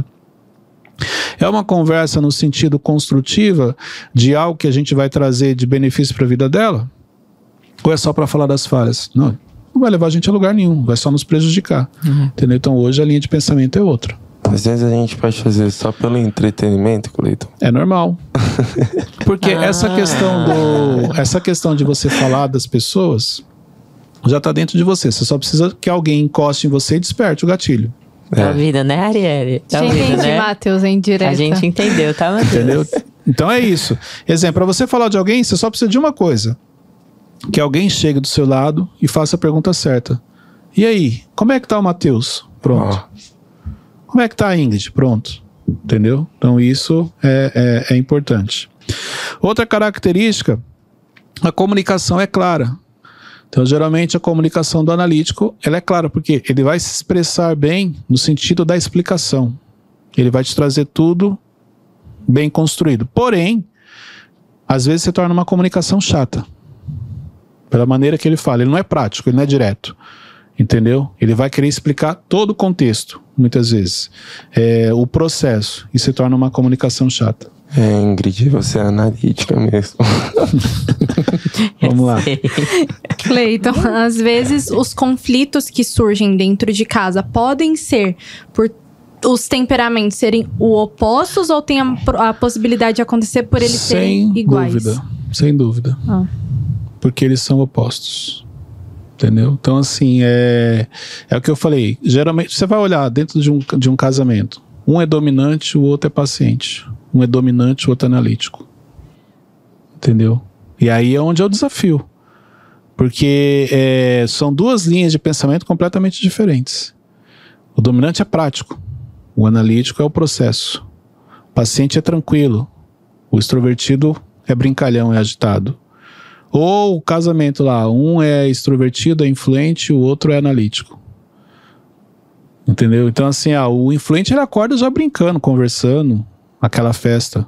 É uma conversa no sentido construtiva de algo que a gente vai trazer de benefício para a vida dela? Ou é só para falar das falhas? Não, não vai levar a gente a lugar nenhum, vai só nos prejudicar. Uhum. Entendeu? Então hoje a linha de pensamento é outra. Às vezes a gente pode fazer só pelo entretenimento, Cleiton. É normal. Porque ah. essa questão do, essa questão de você falar das pessoas já está dentro de você. Você só precisa que alguém encoste em você e desperte o gatilho. É. Tá ouvindo, né, Arielle? Tá ouvindo, ouvindo, né? Matheus, em direto. A gente entendeu, tá, Matheus? Entendeu? Então é isso. Exemplo, para você falar de alguém, você só precisa de uma coisa. Que alguém chegue do seu lado e faça a pergunta certa. E aí, como é que tá o Matheus? Pronto. Oh. Como é que tá a Ingrid? Pronto. Entendeu? Então isso é, é, é importante. Outra característica, a comunicação é clara. Então, geralmente, a comunicação do analítico, ela é clara, porque ele vai se expressar bem no sentido da explicação. Ele vai te trazer tudo bem construído. Porém, às vezes se torna uma comunicação chata. Pela maneira que ele fala. Ele não é prático, ele não é direto. Entendeu? Ele vai querer explicar todo o contexto, muitas vezes. É, o processo. E se torna uma comunicação chata. É, Ingrid, você é analítica mesmo. Vamos lá. Cleiton, às vezes os conflitos que surgem dentro de casa podem ser por os temperamentos serem o opostos ou tem a, a possibilidade de acontecer por eles sem serem iguais? Dúvida, sem dúvida. Ah. Porque eles são opostos. Entendeu? Então, assim, é, é o que eu falei. Geralmente, você vai olhar dentro de um, de um casamento. Um é dominante, o outro é paciente. Um é dominante, o outro é analítico. Entendeu? E aí é onde é o desafio. Porque é, são duas linhas de pensamento completamente diferentes. O dominante é prático. O analítico é o processo. O paciente é tranquilo. O extrovertido é brincalhão, é agitado. Ou o casamento lá, um é extrovertido, é influente, o outro é analítico. Entendeu? Então assim, ah, o influente ele acorda já brincando, conversando, aquela festa.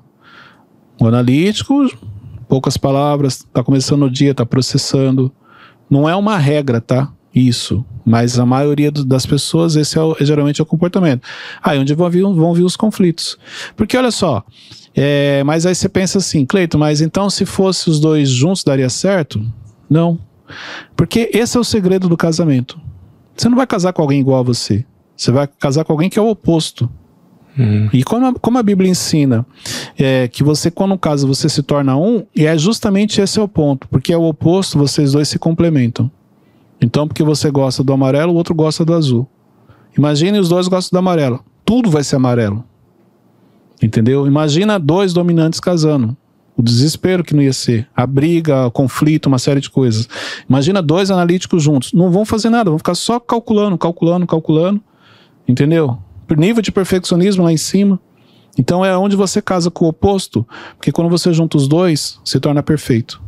O analítico, poucas palavras, tá começando o dia, tá processando. Não é uma regra, tá? Isso. Mas a maioria do, das pessoas, esse é, o, é geralmente é o comportamento. Aí onde vão vir, vão vir os conflitos. Porque olha só, é, mas aí você pensa assim, Cleiton, mas então se fosse os dois juntos daria certo? Não. Porque esse é o segredo do casamento. Você não vai casar com alguém igual a você. Você vai casar com alguém que é o oposto. Hum. E como a, como a Bíblia ensina é, que você, quando casa, você se torna um, e é justamente esse é o ponto. Porque é o oposto, vocês dois se complementam. Então, porque você gosta do amarelo, o outro gosta do azul. Imagine os dois gostam do amarelo. Tudo vai ser amarelo. Entendeu? Imagina dois dominantes casando. O desespero que não ia ser. A briga, o conflito, uma série de coisas. Imagina dois analíticos juntos. Não vão fazer nada, vão ficar só calculando, calculando, calculando. Entendeu? Nível de perfeccionismo lá em cima. Então é onde você casa com o oposto, porque quando você junta os dois, se torna perfeito.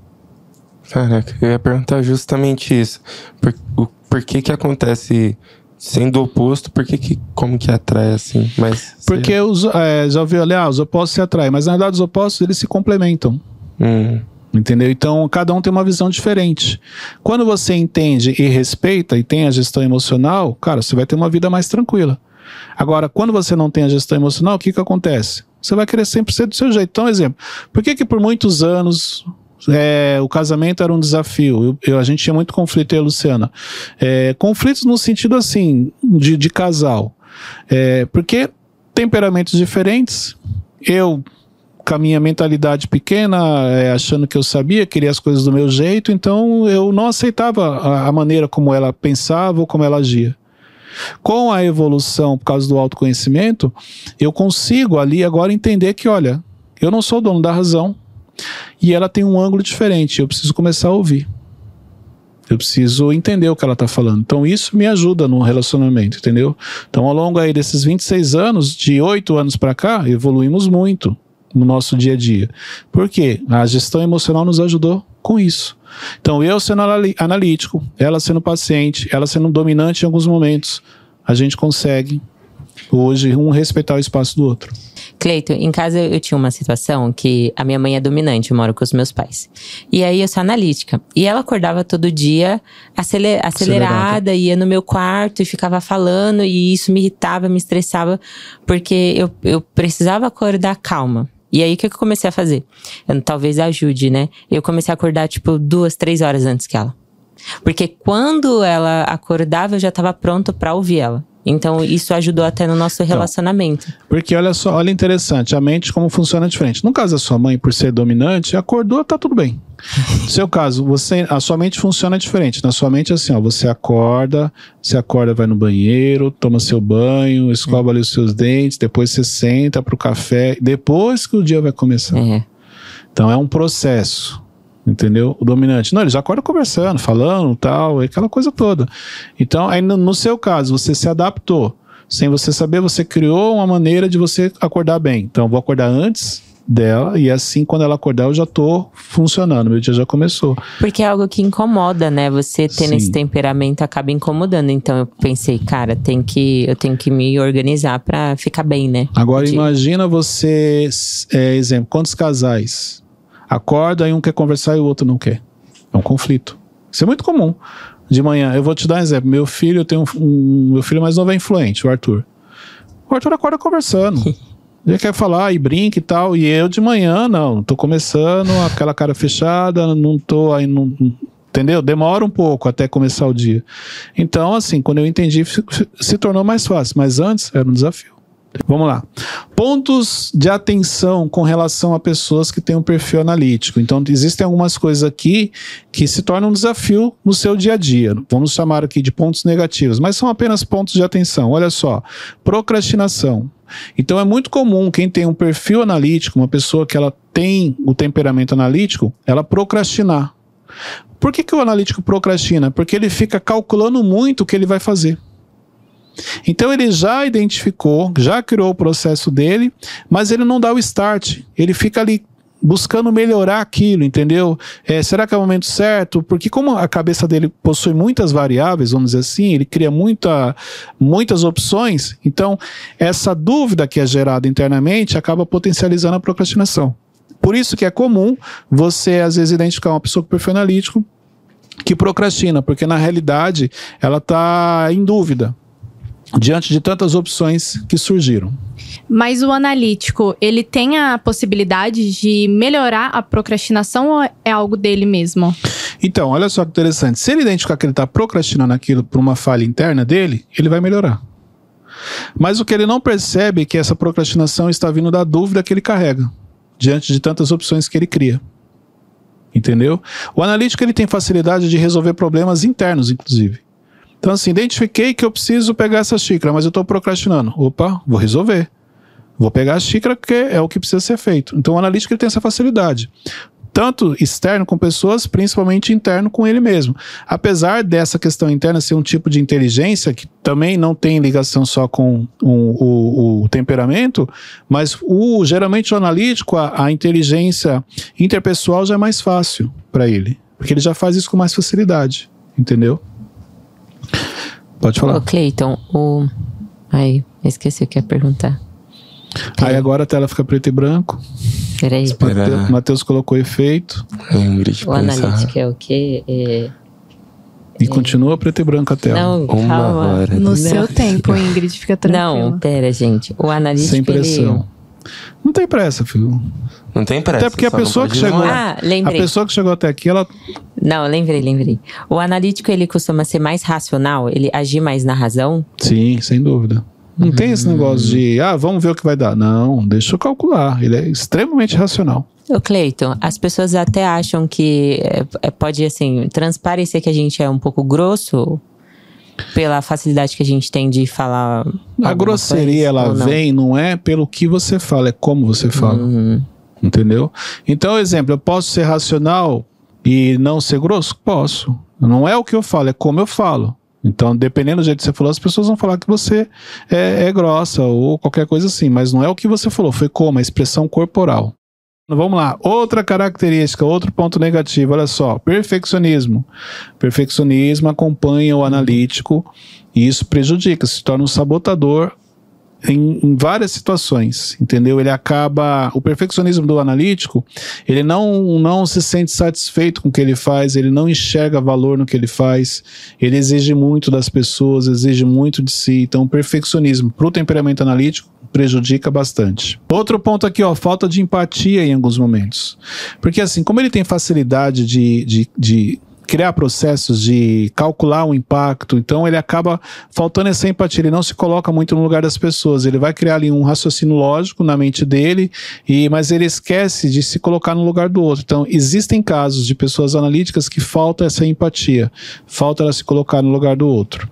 Caraca, eu ia perguntar justamente isso. Por, o, por que que acontece sendo oposto? Por que que, como que atrai assim? Mas, porque sei... os, é, já ouviu ali, ah, os opostos se atraem. Mas na verdade os opostos, eles se complementam. Hum. Entendeu? Então cada um tem uma visão diferente. Quando você entende e respeita e tem a gestão emocional, cara, você vai ter uma vida mais tranquila. Agora, quando você não tem a gestão emocional, o que que acontece? Você vai querer sempre ser do seu jeito. Então, exemplo, por que que por muitos anos... É, o casamento era um desafio. Eu, eu, a gente tinha muito conflito, eu e a Luciana. É, conflitos no sentido assim, de, de casal. É, porque temperamentos diferentes, eu com a minha mentalidade pequena, é, achando que eu sabia, queria as coisas do meu jeito, então eu não aceitava a, a maneira como ela pensava ou como ela agia. Com a evolução, por causa do autoconhecimento, eu consigo ali agora entender que, olha, eu não sou o dono da razão, e ela tem um ângulo diferente, eu preciso começar a ouvir. Eu preciso entender o que ela está falando. Então isso me ajuda no relacionamento, entendeu? Então ao longo aí desses vinte e seis anos, de oito anos para cá, evoluímos muito no nosso dia a dia. Por quê? A gestão emocional nos ajudou com isso. Então eu sendo analítico, ela sendo paciente, ela sendo dominante em alguns momentos, a gente consegue hoje um respeitar o espaço do outro. Cleiton, em casa eu tinha uma situação que a minha mãe é dominante, eu moro com os meus pais. E aí eu sou analítica. E ela acordava todo dia aceler, acelerada, acelerada, ia no meu quarto e ficava falando. E isso me irritava, me estressava, porque eu, eu precisava acordar calma. E aí o que eu comecei a fazer? Eu, talvez ajude, né? Eu comecei a acordar tipo duas, três horas antes que ela. Porque quando ela acordava, eu já estava pronto pra ouvir ela. Então, isso ajudou até no nosso relacionamento. Então, porque olha só, olha interessante, a mente como funciona diferente. No caso da sua mãe, por ser dominante, acordou, tá tudo bem. No seu caso, você, a sua mente funciona diferente. Na sua mente, assim, ó, você acorda, você acorda, vai no banheiro, toma seu banho, escova ali os seus dentes, depois você senta pro café, depois que o dia vai começar. É. Então, é um processo. Entendeu? O dominante. Não, ele já acorda conversando, falando, tal, aquela coisa toda. Então, aí no, no seu caso, você se adaptou. Sem você saber, você criou uma maneira de você acordar bem. Então, vou acordar antes dela, e assim, quando ela acordar, eu já tô funcionando, meu dia já começou. Porque é algo que incomoda, né? Você tendo Sim. esse temperamento acaba incomodando. Então eu pensei, cara, tem que, eu tenho que me organizar pra ficar bem, né? Agora, De- imagina você, é, exemplo, quantos casais acordam e um quer conversar e o outro não quer. É um conflito. Isso é muito comum. De manhã, eu vou te dar um exemplo. Meu filho, eu tenho um, um meu filho mais novo é influente, o Arthur. O Arthur acorda conversando. Ele quer falar e brinca e tal. E eu de manhã, não. Tô começando, aquela cara fechada, não tô aí, não, entendeu? Demora um pouco até começar o dia. Então, assim, quando eu entendi, se tornou mais fácil. Mas antes, era um desafio. Vamos lá. Pontos de atenção com relação a pessoas que têm um perfil analítico. Então, existem algumas coisas aqui que se tornam um desafio no seu dia a dia. Vamos chamar aqui de pontos negativos, mas são apenas pontos de atenção. Olha só, procrastinação. Então, é muito comum quem tem um perfil analítico, uma pessoa que ela tem o temperamento analítico, ela procrastinar. Por que que o analítico procrastina? Porque ele fica calculando muito o que ele vai fazer. Então ele já identificou, já criou o processo dele, mas ele não dá o start. Ele fica ali buscando melhorar aquilo, entendeu? É, será que é o momento certo? Porque como a cabeça dele possui muitas variáveis, vamos dizer assim, ele cria muita, muitas opções, então essa dúvida que é gerada internamente acaba potencializando a procrastinação. Por isso que é comum você, às vezes, identificar uma pessoa com perfil analítico que procrastina, porque na realidade ela está em dúvida diante de tantas opções que surgiram. Mas o analítico, ele tem a possibilidade de melhorar a procrastinação ou é algo dele mesmo? Então, olha só que interessante. Se ele identificar que ele está procrastinando aquilo por uma falha interna dele, ele vai melhorar. Mas o que ele não percebe é que essa procrastinação está vindo da dúvida que ele carrega, diante de tantas opções que ele cria. Entendeu? O analítico ele tem facilidade de resolver problemas internos, inclusive. Então assim, identifiquei que eu preciso pegar essa xícara, mas eu estou procrastinando. Opa, vou resolver. Vou pegar a xícara porque é o que precisa ser feito. Então o analítico ele tem essa facilidade. Tanto externo com pessoas, principalmente interno com ele mesmo. Apesar dessa questão interna ser um tipo de inteligência que também não tem ligação só com o, o, o temperamento, mas o, geralmente o analítico, a, a inteligência interpessoal já é mais fácil para ele. Porque ele já faz isso com mais facilidade. Entendeu? Pode falar. Ô, Cleiton, o... Aí, esqueci o que ia perguntar. Aí agora a tela fica preto e branco. Peraí. O Matheus colocou efeito. O analítico é o quê? É... E é... continua preto e branco a tela. Não, Uma calma. hora. No Não. seu tempo, Ingrid, fica tranquilo. Não, pera, gente. O analítico, sem pressão. Ele... Não tem pressa, filho. Não tem pressa. Até porque a pessoa que chegou... Ah, lembrei. A pessoa que chegou até aqui, ela... Não, lembrei, lembrei. O analítico, ele costuma ser mais racional? Ele agir mais na razão? Sim, sem dúvida. Não hum. tem esse negócio de, ah, vamos ver o que vai dar. Não, deixa eu calcular. Ele é extremamente racional. Ô, Cleiton, as pessoas até acham que é, pode, assim, transparecer que a gente é um pouco grosso pela facilidade que a gente tem de falar. A grosseria, coisa, ela não? vem, não é pelo que você fala, é como você fala. Uhum. Entendeu? Então, exemplo, eu posso ser racional e não ser grosso? Posso. Não é o que eu falo, é como eu falo. Então, dependendo do jeito que você falou, as pessoas vão falar que você é, é grossa ou qualquer coisa assim. Mas não é o que você falou, foi como, a expressão corporal. Vamos lá, outra característica, outro ponto negativo, olha só, perfeccionismo. Perfeccionismo acompanha o analítico e isso prejudica, se torna um sabotador em, em várias situações, entendeu? Ele acaba, o perfeccionismo do analítico, ele não, não se sente satisfeito com o que ele faz, ele não enxerga valor no que ele faz, ele exige muito das pessoas, exige muito de si, então o perfeccionismo para o temperamento analítico prejudica bastante. Outro ponto aqui, ó, falta de empatia em alguns momentos. Porque assim, como ele tem facilidade de, de, de criar processos, de calcular o impacto, então ele acaba faltando essa empatia, ele não se coloca muito no lugar das pessoas, ele vai criar ali um raciocínio lógico na mente dele, e, mas ele esquece de se colocar no lugar do outro. Então existem casos de pessoas analíticas que falta essa empatia, falta ela se colocar no lugar do outro.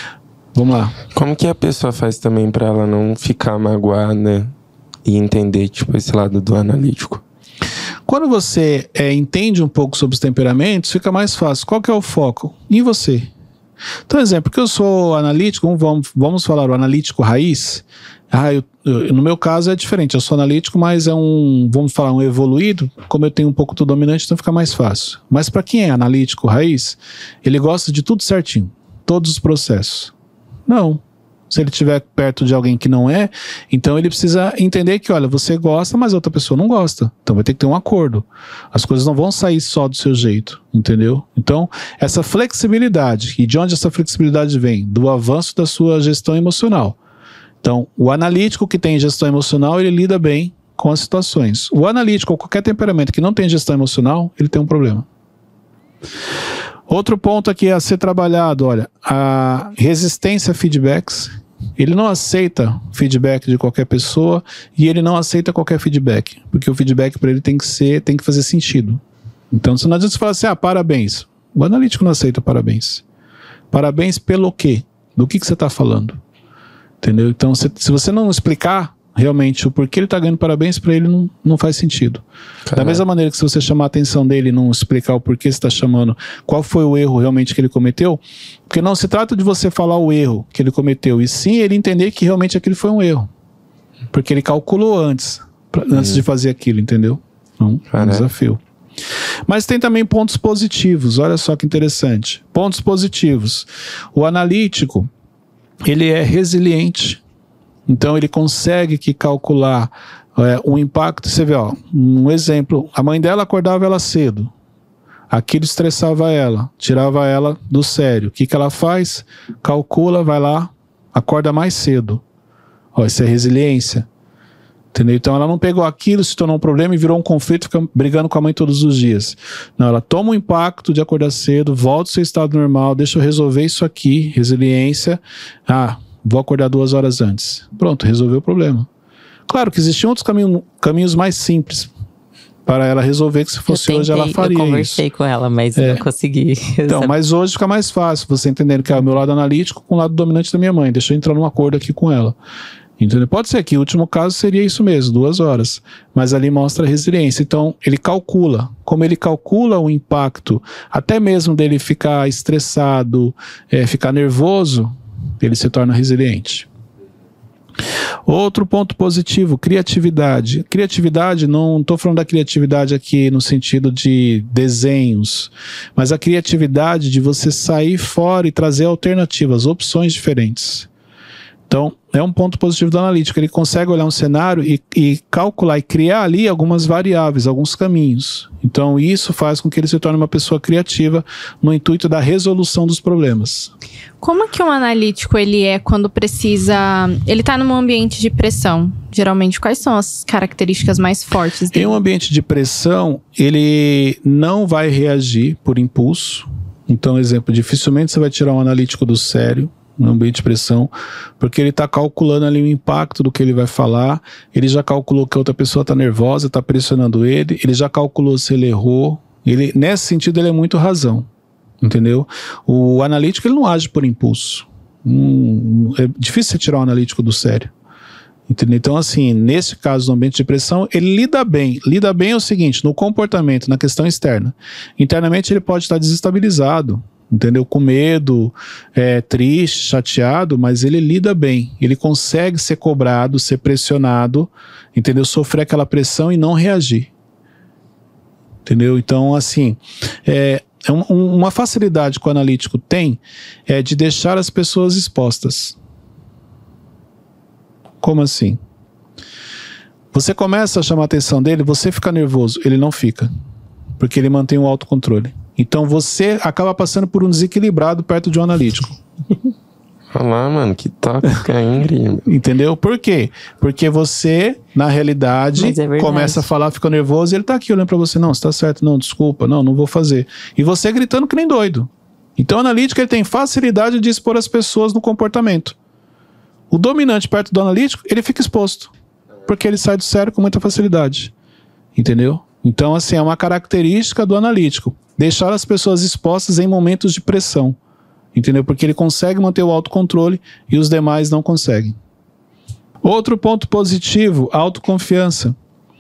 Vamos lá. Como que a pessoa faz também para ela não ficar magoada e entender, tipo, esse lado do analítico? Quando você é, entende um pouco sobre os temperamentos, fica mais fácil. Qual que é o foco? Em você. Então, exemplo, porque eu sou analítico, vamos, vamos falar o analítico raiz. Ah, eu, eu, no meu caso é diferente, eu sou analítico, mas é um, vamos falar, um evoluído, como eu tenho um pouco do dominante, então fica mais fácil. Mas para quem é analítico raiz, ele gosta de tudo certinho, todos os processos. Não. Se ele estiver perto de alguém que não é, então ele precisa entender que, olha, você gosta, mas a outra pessoa não gosta. Então vai ter que ter um acordo. As coisas não vão sair só do seu jeito, entendeu? Então, essa flexibilidade, e de onde essa flexibilidade vem? Do avanço da sua gestão emocional. Então, o analítico que tem gestão emocional, ele lida bem com as situações. O analítico, ou qualquer temperamento que não tem gestão emocional, ele tem um problema. Outro ponto aqui a ser trabalhado, olha, a resistência a feedbacks. Ele não aceita feedback de qualquer pessoa e ele não aceita qualquer feedback, porque o feedback para ele tem que ser, tem que fazer sentido. Então, se não adianta você falar assim, ah, parabéns. O analítico não aceita parabéns. Parabéns pelo quê? Do que, que você está falando? Entendeu? Então, se, se você não explicar realmente o porquê ele está ganhando parabéns, para ele não, não faz sentido. Caramba. Da mesma maneira que se você chamar a atenção dele e não explicar o porquê você está chamando, qual foi o erro realmente que ele cometeu, porque não se trata de você falar o erro que ele cometeu, e sim ele entender que realmente aquilo foi um erro. Porque ele calculou antes, pra, uhum. antes de fazer aquilo, entendeu? Então, é um desafio. Mas tem também pontos positivos, olha só que interessante. Pontos positivos. O analítico, ele é resiliente. Então ele consegue que calcular é, o impacto. Você vê, ó, um exemplo, a mãe dela acordava ela cedo, aquilo estressava ela, tirava ela do sério. O que, que ela faz? Calcula, vai lá, acorda mais cedo. Ó, isso é resiliência. Entendeu? Então ela não pegou aquilo, se tornou um problema e virou um conflito, fica brigando com a mãe todos os dias. Não, ela toma o impacto de acordar cedo, volta ao seu estado normal, deixa eu resolver isso aqui, resiliência. Ah, vou acordar duas horas antes. Pronto, resolveu o problema. Claro que existiam outros caminho, caminhos mais simples para ela resolver, que se fosse tentei, hoje ela faria isso. Eu conversei isso. com ela, mas é. não consegui. Então, mas hoje fica mais fácil, você entendendo que é o meu lado analítico com o lado dominante da minha mãe. Deixa eu entrar num acordo aqui com ela. Entendeu? Pode ser que o último caso seria isso mesmo, duas horas. Mas ali mostra a resiliência. Então, ele calcula. Como ele calcula o impacto, até mesmo dele ficar estressado, é, ficar nervoso, ele se torna resiliente. Outro ponto positivo, criatividade. Criatividade, não estou falando da criatividade aqui no sentido de desenhos, mas a criatividade de você sair fora e trazer alternativas, opções diferentes. Então, é um ponto positivo do analítico. Ele consegue olhar um cenário e, e calcular e criar ali algumas variáveis, alguns caminhos. Então, isso faz com que ele se torne uma pessoa criativa no intuito da resolução dos problemas. Como que um analítico ele é quando precisa... Ele está num ambiente de pressão. Geralmente, quais são as características mais fortes dele? Em um ambiente de pressão, ele não vai reagir por impulso. Então, exemplo, dificilmente você vai tirar um analítico do sério no ambiente de pressão, porque ele está calculando ali o impacto do que ele vai falar, ele já calculou que a outra pessoa está nervosa, está pressionando ele, ele já calculou se ele errou, ele, nesse sentido ele é muito razão, entendeu? O analítico ele não age por impulso, hum, é difícil você tirar um analítico do sério, entendeu? Então assim, nesse caso do ambiente de pressão, ele lida bem, lida bem é o seguinte, no comportamento, na questão externa, internamente ele pode estar desestabilizado, entendeu? Com medo, é, triste, chateado, mas ele lida bem. Ele consegue ser cobrado, ser pressionado, entendeu? Sofrer aquela pressão e não reagir. Entendeu? Então, assim, é, é um, uma facilidade que o analítico tem é de deixar as pessoas expostas. Como assim? Você começa a chamar a atenção dele, você fica nervoso, ele não fica. Porque ele mantém o autocontrole. Então você acaba passando por um desequilibrado perto de um analítico. Olha lá, mano, que tóxica, Ingrid. Entendeu? Por quê? Porque você, na realidade, é começa a falar, fica nervoso, e ele tá aqui olhando pra você, não, você tá certo, não, desculpa, não, não vou fazer. E você gritando que nem doido. Então o analítico ele tem facilidade de expor as pessoas no comportamento. O dominante perto do analítico, ele fica exposto. Porque ele sai do sério com muita facilidade. Entendeu? Então, assim, é uma característica do analítico. Deixar as pessoas expostas em momentos de pressão. Entendeu? Porque ele consegue manter o autocontrole e os demais não conseguem. Outro ponto positivo, autoconfiança.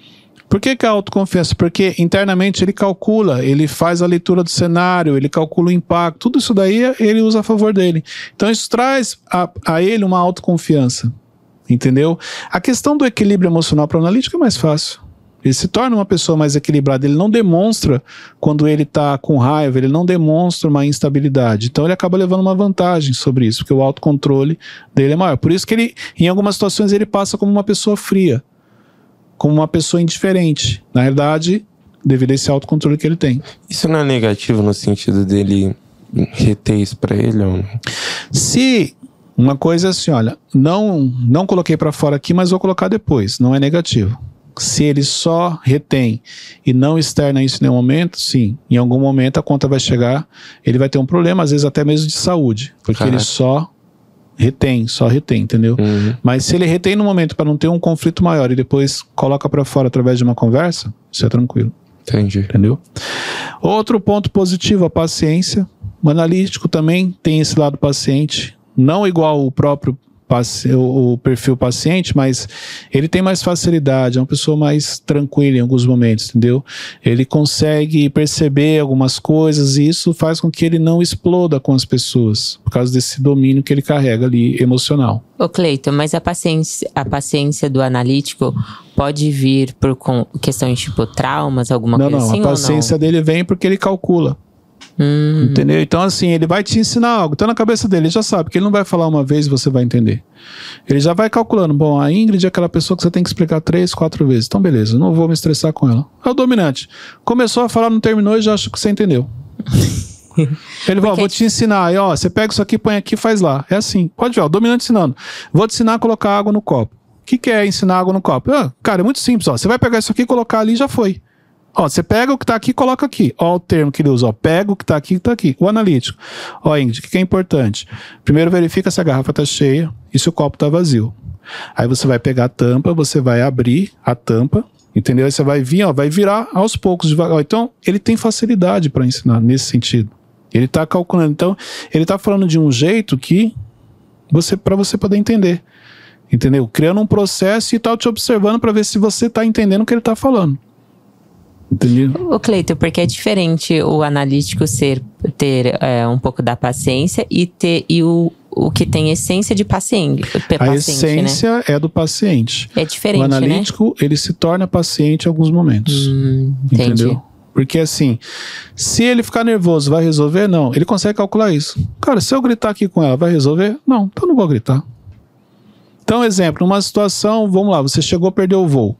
Por que que a autoconfiança? Porque internamente ele calcula, ele faz a leitura do cenário, ele calcula o impacto, tudo isso daí ele usa a favor dele. Então isso traz a, a ele uma autoconfiança, entendeu? A questão do equilíbrio emocional para o analítico é mais fácil. Ele se torna uma pessoa mais equilibrada, ele não demonstra quando ele está com raiva, ele não demonstra uma instabilidade. Então ele acaba levando uma vantagem sobre isso, porque o autocontrole dele é maior. Por isso que ele, em algumas situações, ele passa como uma pessoa fria, como uma pessoa indiferente. Na verdade, devido a esse autocontrole que ele tem. Isso não é negativo no sentido dele reter isso pra ele ou não? Se uma coisa é assim, olha, não, não coloquei pra fora aqui, mas vou colocar depois, não é negativo. Se ele só retém e não externa isso em nenhum momento, sim, em algum momento a conta vai chegar, ele vai ter um problema, às vezes até mesmo de saúde, porque Caraca. ele só retém, só retém, entendeu? Uhum. Mas se ele retém no momento para não ter um conflito maior e depois coloca para fora através de uma conversa, isso é tranquilo. Entendi. Entendeu? Outro ponto positivo, a paciência. O analítico também tem esse lado paciente, não igual o próprio o perfil paciente, mas ele tem mais facilidade, é uma pessoa mais tranquila em alguns momentos, entendeu? Ele consegue perceber algumas coisas e isso faz com que ele não exploda com as pessoas, por causa desse domínio que ele carrega ali, emocional. Ô Cleiton, mas a paciência, a paciência do analítico pode vir por com, questões tipo traumas, alguma não, coisa não, assim? Não, a paciência não? dele vem porque ele calcula. Hum. Entendeu? Então assim, ele vai te ensinar algo, então na cabeça dele, ele já sabe que ele não vai falar uma vez e você vai entender. Ele já vai calculando, bom, a Ingrid é aquela pessoa que você tem que explicar três, quatro vezes, então beleza, não vou me estressar com ela. É o dominante, começou a falar, não terminou e já acho que você entendeu. Ele vai, vou te ensinar, aí ó, você pega isso aqui, põe aqui, faz lá, é assim, pode ver, ó, o dominante ensinando, vou te ensinar a colocar água no copo. O que que é ensinar água no copo? Ah, cara, é muito simples, ó, você vai pegar isso aqui, colocar ali e já foi. Ó, você pega o que tá aqui e coloca aqui. Ó o termo que ele usa, ó, pega o que tá aqui e tá aqui. O analítico. Ó, Ingrid, o que, que é importante? Primeiro verifica se a garrafa tá cheia e se o copo tá vazio. Aí você vai pegar a tampa, você vai abrir a tampa, entendeu? Aí você vai vir, ó, vai virar aos poucos, devagar. Então, ele tem facilidade para ensinar nesse sentido. Ele tá calculando. Então, ele tá falando de um jeito que você, para você poder entender. Entendeu? Criando um processo e tá te observando para ver se você tá entendendo o que ele tá falando. Entendi. O Cleiton, porque é diferente o analítico ser, ter é, um pouco da paciência e, ter, e o, o que tem essência de paciente. A paciente, essência, né? É do paciente. É diferente, o analítico, né? Ele se torna paciente em alguns momentos. Hum, entendeu? Entendi. Porque assim, se ele ficar nervoso, vai resolver? Não. Ele consegue calcular isso. Cara, se eu gritar aqui com ela, vai resolver? Não, então não vou gritar. Então, exemplo, numa situação, vamos lá, você chegou a perder o voo.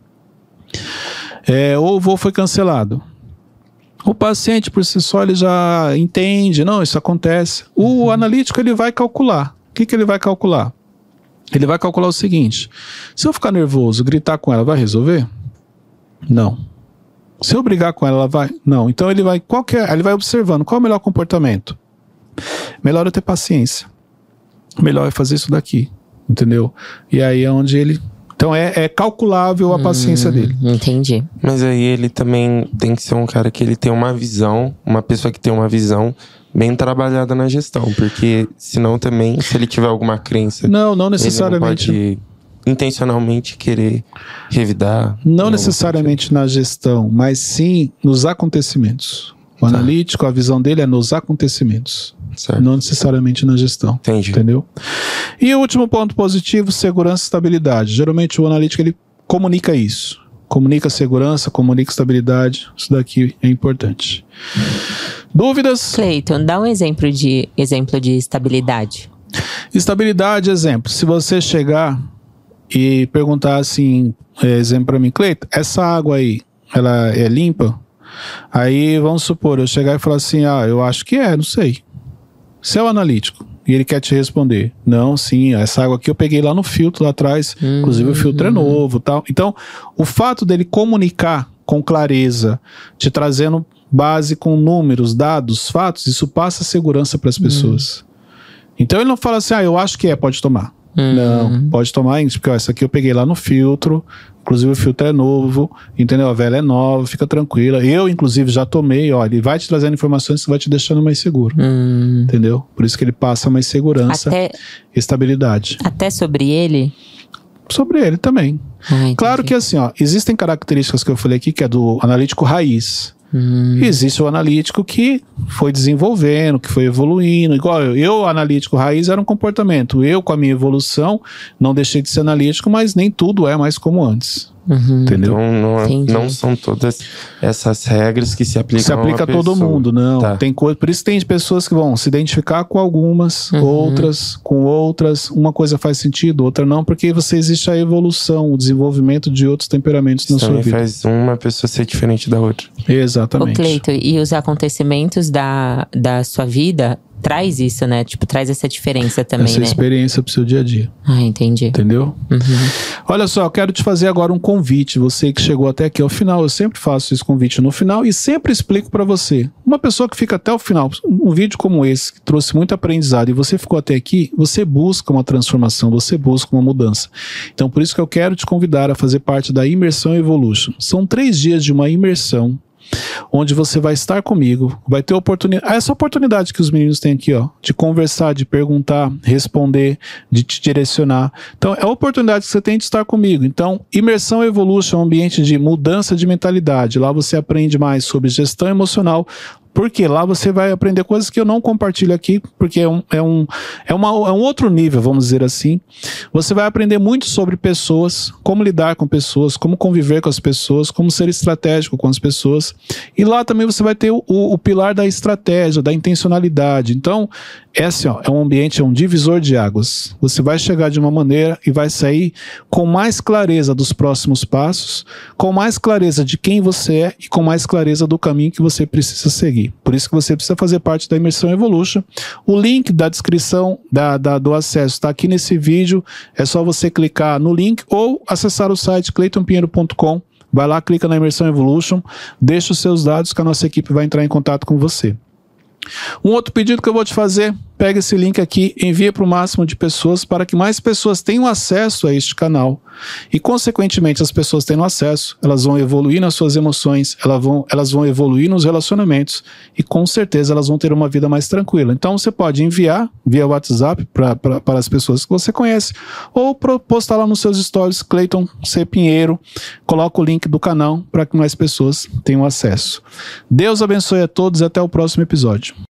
É, ou o voo foi cancelado. O paciente, por si só, ele já entende, não, isso acontece. O uhum. analítico, ele vai calcular. O que, que ele vai calcular? Ele vai calcular o seguinte, se eu ficar nervoso, gritar com ela, vai resolver? Não. Se eu brigar com ela, ela vai? Não. Então ele vai, qual que é? Ele vai observando, qual é o melhor comportamento? Melhor é ter paciência. Melhor é fazer isso daqui, entendeu? E aí é onde ele... Então é, é calculável a paciência hum, dele. Entendi. Mas aí ele também tem que ser um cara que ele tem uma visão, uma pessoa que tem uma visão bem trabalhada na gestão. Porque senão também, se ele tiver alguma crença... Não, não necessariamente. Ele não pode intencionalmente querer revidar. Não necessariamente na gestão, mas sim nos acontecimentos. O tá. analítico, a visão dele é nos acontecimentos. Certo. Não necessariamente na gestão. Entendi. Entendeu? E o último ponto positivo, segurança e estabilidade. Geralmente o analítico ele comunica isso. Comunica segurança, comunica estabilidade. Isso daqui é importante. Dúvidas? Cleiton, dá um exemplo de, exemplo de estabilidade. Estabilidade, exemplo. Se você chegar e perguntar assim, exemplo para mim, Cleiton, essa água aí, ela é limpa? Aí vamos supor, eu chegar e falar assim, ah, eu acho que é, não sei. Se é o analítico e ele quer te responder, não, sim, essa água aqui eu peguei lá no filtro lá atrás, uhum, inclusive o filtro uhum. é novo, tal. Então, o fato dele comunicar com clareza, te trazendo base com números, dados, fatos, isso passa segurança para as pessoas. Uhum. Então ele não fala assim, ah, eu acho que é, pode tomar. Uhum. Não, pode tomar, porque ó, essa aqui eu peguei lá no filtro, inclusive o filtro é novo, entendeu? A vela é nova, fica tranquila. Eu, inclusive, já tomei, ó, ele vai te trazendo informações que vai te deixando mais seguro, uhum. entendeu? Por isso que ele passa mais segurança, até, estabilidade. Até sobre ele, sobre ele também. Ah, claro que assim, ó, existem características que eu falei aqui, que é do analítico raiz. Hum. Existe o analítico que foi desenvolvendo, que foi evoluindo. Igual eu, eu, analítico raiz, era um comportamento. Eu, com a minha evolução, não deixei de ser analítico, mas nem tudo é mais como antes. Uhum. Entendeu? Então não, não são todas essas regras que se aplicam se aplica a todo mundo, não. Tá. Tem coisa, por isso tem pessoas que vão se identificar com algumas, uhum. outras com outras. Uma coisa faz sentido, outra não, porque você existe a evolução, o desenvolvimento de outros temperamentos isso na sua vida. Faz uma pessoa ser diferente da outra. Exatamente. Ô, Cleiton, e os acontecimentos da, da sua vida traz isso, né? Tipo, traz essa diferença também, essa né? Essa experiência pro seu dia a dia. Ah, entendi. Entendeu? Uhum. Olha só, eu quero te fazer agora um convite. Você que chegou até aqui ao final, eu sempre faço esse convite no final e sempre explico pra você. Uma pessoa que fica até o final, um vídeo como esse, que trouxe muito aprendizado e você ficou até aqui, você busca uma transformação, você busca uma mudança. Então, por isso que eu quero te convidar a fazer parte da Imersão Evolution. São três dias de uma imersão onde você vai estar comigo, vai ter oportunidade, essa oportunidade que os meninos têm aqui, ó, de conversar, de perguntar, responder, de te direcionar. Então, é a oportunidade que você tem de estar comigo. Então, Imersão Evolution é um ambiente de mudança de mentalidade. Lá você aprende mais sobre gestão emocional, porque lá você vai aprender coisas que eu não compartilho aqui, porque é um, é, um, é, uma, é um outro nível, vamos dizer assim. Você vai aprender muito sobre pessoas, como lidar com pessoas, como conviver com as pessoas, como ser estratégico com as pessoas. E lá também você vai ter o, o, o pilar da estratégia, da intencionalidade. Então, esse ó, é um ambiente, é um divisor de águas. Você vai chegar de uma maneira e vai sair com mais clareza dos próximos passos, com mais clareza de quem você é e com mais clareza do caminho que você precisa seguir. Por isso que você precisa fazer parte da Imersão Evolution. O link da descrição da, da, do acesso está aqui nesse vídeo. É só você clicar no link ou acessar o site cleiton pinheiro ponto com. Vai lá, clica na Imersão Evolution, deixa os seus dados que a nossa equipe vai entrar em contato com você. Um outro pedido que eu vou te fazer, pega esse link aqui, envia para o máximo de pessoas para que mais pessoas tenham acesso a este canal. E, consequentemente, as pessoas tendo acesso, elas vão evoluir nas suas emoções, elas vão, elas vão evoluir nos relacionamentos e, com certeza, elas vão ter uma vida mais tranquila. Então, você pode enviar via WhatsApp pra, pra, para as pessoas que você conhece ou pro, postar lá nos seus stories, Cleiton C. Pinheiro, coloca o link do canal para que mais pessoas tenham acesso. Deus abençoe a todos e até o próximo episódio.